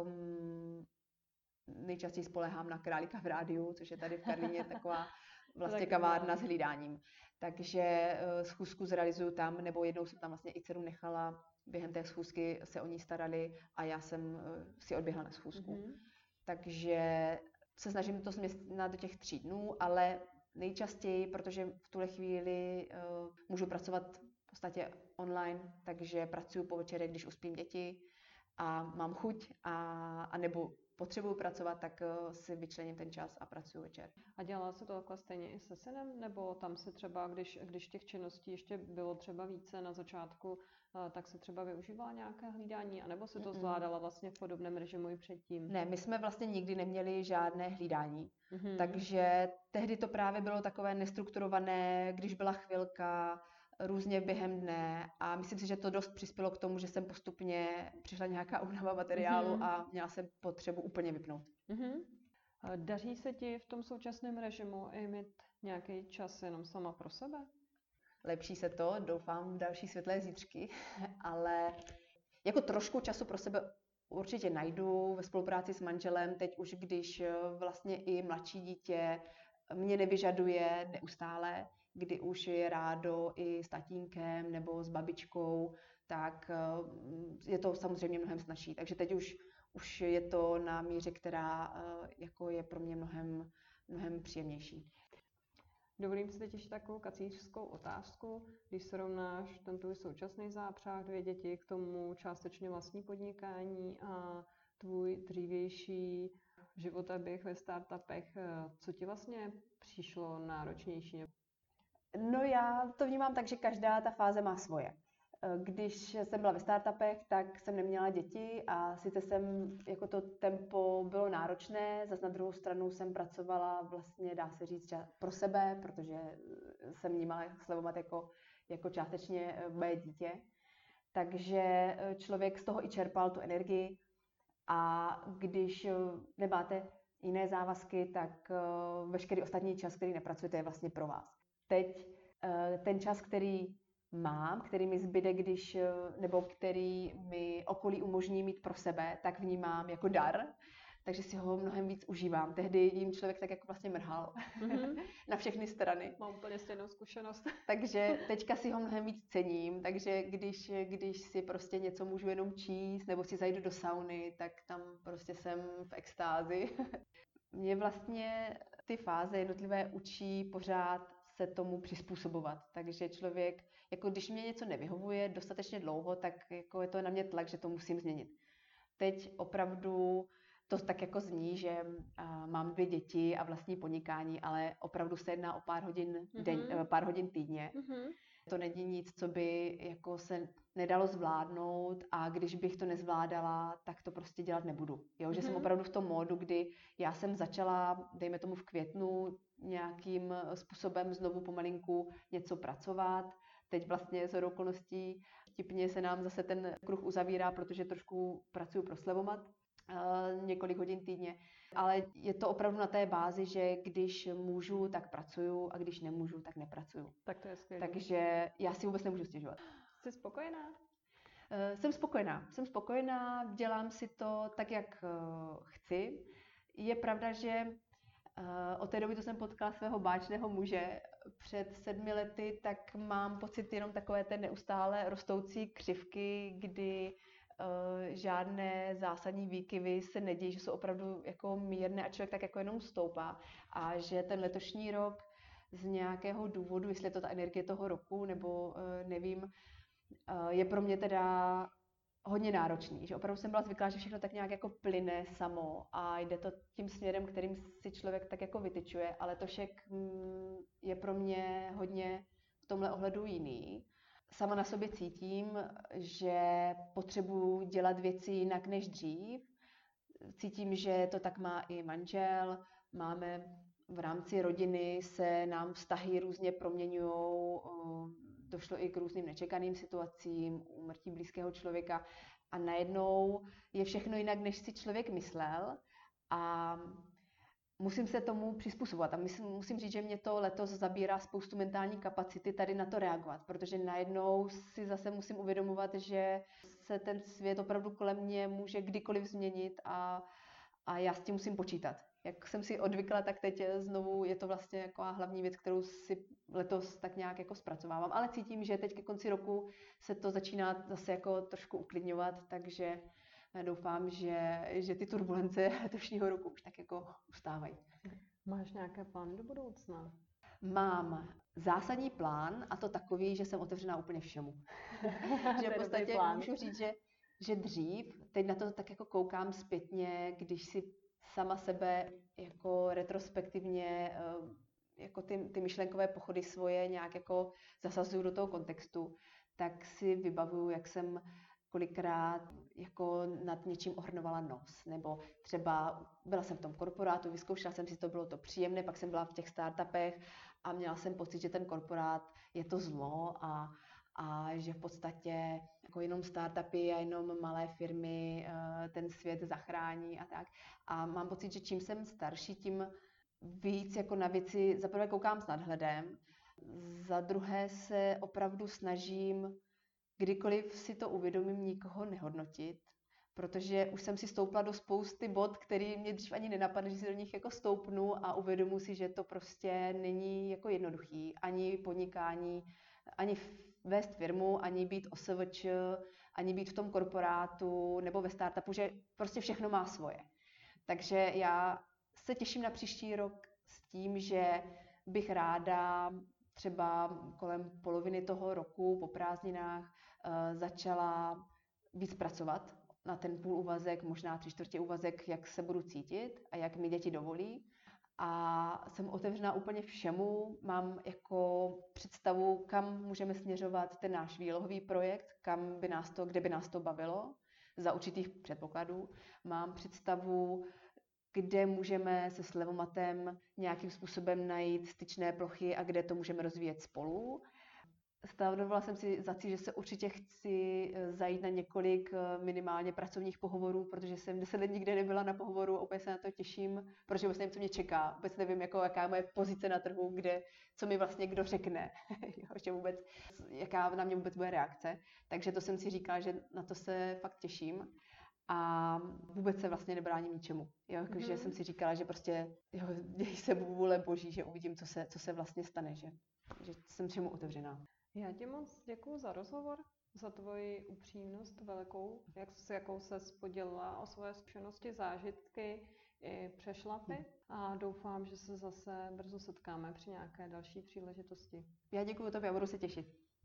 nejčastěji spoléhám na Králíka v rádiu, což je tady v Karlíně taková vlastně kavárna s hlídáním. Takže schůzku zrealizuju tam, nebo jednou jsem tam vlastně i dceru nechala, během té schůzky se o ní starali a já jsem si odběhla na schůzku. Takže se snažím to směstnat do těch 3 dnů, ale nejčastěji, protože v tuhle chvíli můžu pracovat v podstatě online, takže pracuji po večerech, když uspím děti a mám chuť a nebo potřebuju pracovat, tak si vyčlením ten čas a pracuji večer. A dělala se to takhle stejně i se synem? Nebo tam se třeba, když těch činností ještě bylo třeba více na začátku, tak se třeba využívala nějaké hlídání? A nebo se to zvládala vlastně v podobném režimu i předtím? Ne, my jsme vlastně nikdy neměli žádné hlídání. Takže tehdy to právě bylo takové nestrukturované, když byla chvilka, různě během dne a myslím si, že to dost přispělo k tomu, že jsem postupně přišla nějaká únava materiálu a měla jsem potřebu úplně vypnout. Daří se ti v tom současném režimu i mít nějaký čas jenom sama pro sebe? Lepší se to, doufám v další světlé zítřky, ale jako trošku času pro sebe určitě najdu ve spolupráci s manželem, teď už když vlastně i mladší dítě mě nevyžaduje neustále, kdy už je rádo i s tatínkem nebo s babičkou, tak je to samozřejmě mnohem snazší. Takže teď už je to na míře, která jako je pro mě mnohem příjemnější. Dovolím si teď ještě takovou kacířskou otázku. Když srovnáš ten tvůj současný zápřah, 2 děti, k tomu částečně vlastní podnikání a tvůj dřívější životaběh ve startupech, co ti vlastně přišlo náročnější? No já to vnímám tak, že každá ta fáze má svoje. Když jsem byla ve startupech, tak jsem neměla děti a sice jako to tempo bylo náročné, zas na druhou stranu jsem pracovala vlastně, dá se říct, pro sebe, protože jsem vnímala Slevomat jako částečně moje dítě. Takže člověk z toho i čerpal tu energii a když nemáte jiné závazky, tak veškerý ostatní čas, který nepracujete, je vlastně pro vás. Teď ten čas, který mám, který mi zbyde, nebo který mi okolí umožní mít pro sebe, tak vnímám jako dar, takže si ho mnohem víc užívám. Tehdy jim člověk tak jako vlastně mrhal na všechny strany. Mám úplně stejnou zkušenost. Takže teďka si ho mnohem víc cením, takže když si prostě něco můžu jenom číst, nebo si zajdu do sauny, tak tam prostě jsem v extázi. Mě vlastně ty fáze jednotlivé učí pořád se tomu přizpůsobovat. Takže člověk, jako když mě něco nevyhovuje dostatečně dlouho, tak jako je to na mě tlak, že to musím změnit. Teď opravdu to tak jako zní, že mám 2 děti a vlastní podnikání, ale opravdu se jedná o pár hodin týdně. To není nic, co by jako se nedalo zvládnout a když bych to nezvládala, tak to prostě dělat nebudu. Jo? Že jsem opravdu v tom módu, kdy já jsem začala, dejme tomu v květnu, nějakým způsobem znovu pomalinku něco pracovat. Teď vlastně z okolností vtipně se nám zase ten kruh uzavírá, protože trošku pracuji pro Slevomat několik hodin týdně. Ale je to opravdu na té bázi, že když můžu, tak pracuju a když nemůžu, tak nepracuju. Tak to je skvělé. Takže já si vůbec nemůžu stěžovat. Jsi spokojená? Jsem spokojená, dělám si to tak, jak chci. Je pravda, že od té doby, co jsem potkala svého báječného muže před 7 lety, tak mám pocit jenom takové té neustále rostoucí křivky, kdy žádné zásadní výkyvy se nedějí, že jsou opravdu jako mírné a člověk tak jako jenom stoupá. A že ten letošní rok z nějakého důvodu, jestli je to ta energie toho roku, nebo nevím, je pro mě teda hodně náročný, že opravdu jsem byla zvyklá, že všechno tak nějak jako plyne samo a jde to tím směrem, kterým si člověk tak jako vytyčuje, ale letošek je pro mě hodně v tomhle ohledu jiný. Sama na sobě cítím, že potřebuji dělat věci jinak než dřív. Cítím, že to tak má i manžel. Máme v rámci rodiny, se nám vztahy různě proměňují. Došlo i k různým nečekaným situacím, úmrtí blízkého člověka a najednou je všechno jinak, než si člověk myslel a musím se tomu přizpůsobovat a musím říct, že mě to letos zabírá spoustu mentální kapacity tady na to reagovat, protože najednou si zase musím uvědomovat, že se ten svět opravdu kolem mě může kdykoliv změnit a já s tím musím počítat. Jak jsem si odvykla, tak teď znovu je to vlastně jako hlavní věc, kterou si letos tak nějak jako zpracovávám. Ale cítím, že teď ke konci roku se to začíná zase jako trošku uklidňovat, takže doufám, že ty turbulence letošního roku už tak jako ustávají. Máš nějaké plány do budoucna? Mám zásadní plán a to takový, že jsem otevřená úplně všemu. Že v podstatě můžu říct, že dřív, teď na to tak jako koukám zpětně, když si sama sebe jako retrospektivně jako ty myšlenkové pochody svoje nějak jako zasazuju do toho kontextu, tak si vybavuju, jak jsem kolikrát jako nad něčím ohrnovala nos. Nebo třeba byla jsem v tom korporátu, vyzkoušela jsem si to, bylo to příjemné, pak jsem byla v těch startupech a měla jsem pocit, že ten korporát je to zlo a že v podstatě jako jenom startupy a jenom malé firmy ten svět zachrání a tak. A mám pocit, že čím jsem starší, tím víc jako na věci za prvé koukám s nadhledem, za druhé se opravdu snažím, kdykoliv si to uvědomím, nikoho nehodnotit, protože už jsem si stoupla do spousty bod, který mě dřív ani nenapadly, že si do nich jako stoupnu a uvědomuji si, že to prostě není jako jednoduchý, ani podnikání, ani vést firmu, ani být OSVČ, ani být v tom korporátu nebo ve startupu, že prostě všechno má svoje. Takže já se těším na příští rok s tím, že bych ráda třeba kolem poloviny toho roku po prázdninách začala víc pracovat na ten půl úvazek, možná 3/4 úvazek, jak se budu cítit a jak mi děti dovolí. A jsem otevřená úplně všemu, mám jako představu, kam můžeme směřovat ten náš výlohový projekt, kde by nás to bavilo, za určitých předpokladů. Mám představu, kde můžeme se Slevomatem nějakým způsobem najít styčné plochy a kde to můžeme rozvíjet spolu. Stanovala jsem si za cíl, že se určitě chci zajít na několik minimálně pracovních pohovorů, protože jsem 10 let nikde nebyla na pohovoru, opět se na to těším, protože vůbec nevím, co mě čeká, vůbec nevím, jaká je moje pozice na trhu, co mi vlastně kdo řekne, že vůbec, jaká na mě vůbec bude reakce. Takže to jsem si říkala, že na to se fakt těším. A vůbec se vlastně nebráním ničemu. Že jsem si říkala, že prostě děj se vůle boží, že uvidím, co se vlastně stane, že jsem všemu otevřená. Já ti moc děkuju za rozhovor, za tvoji upřímnost velikou, jakou ses podělila o svoje zkušenosti, zážitky i přešlapy a doufám, že se zase brzo setkáme při nějaké další příležitosti. Já děkuju tobě a budu se těšit.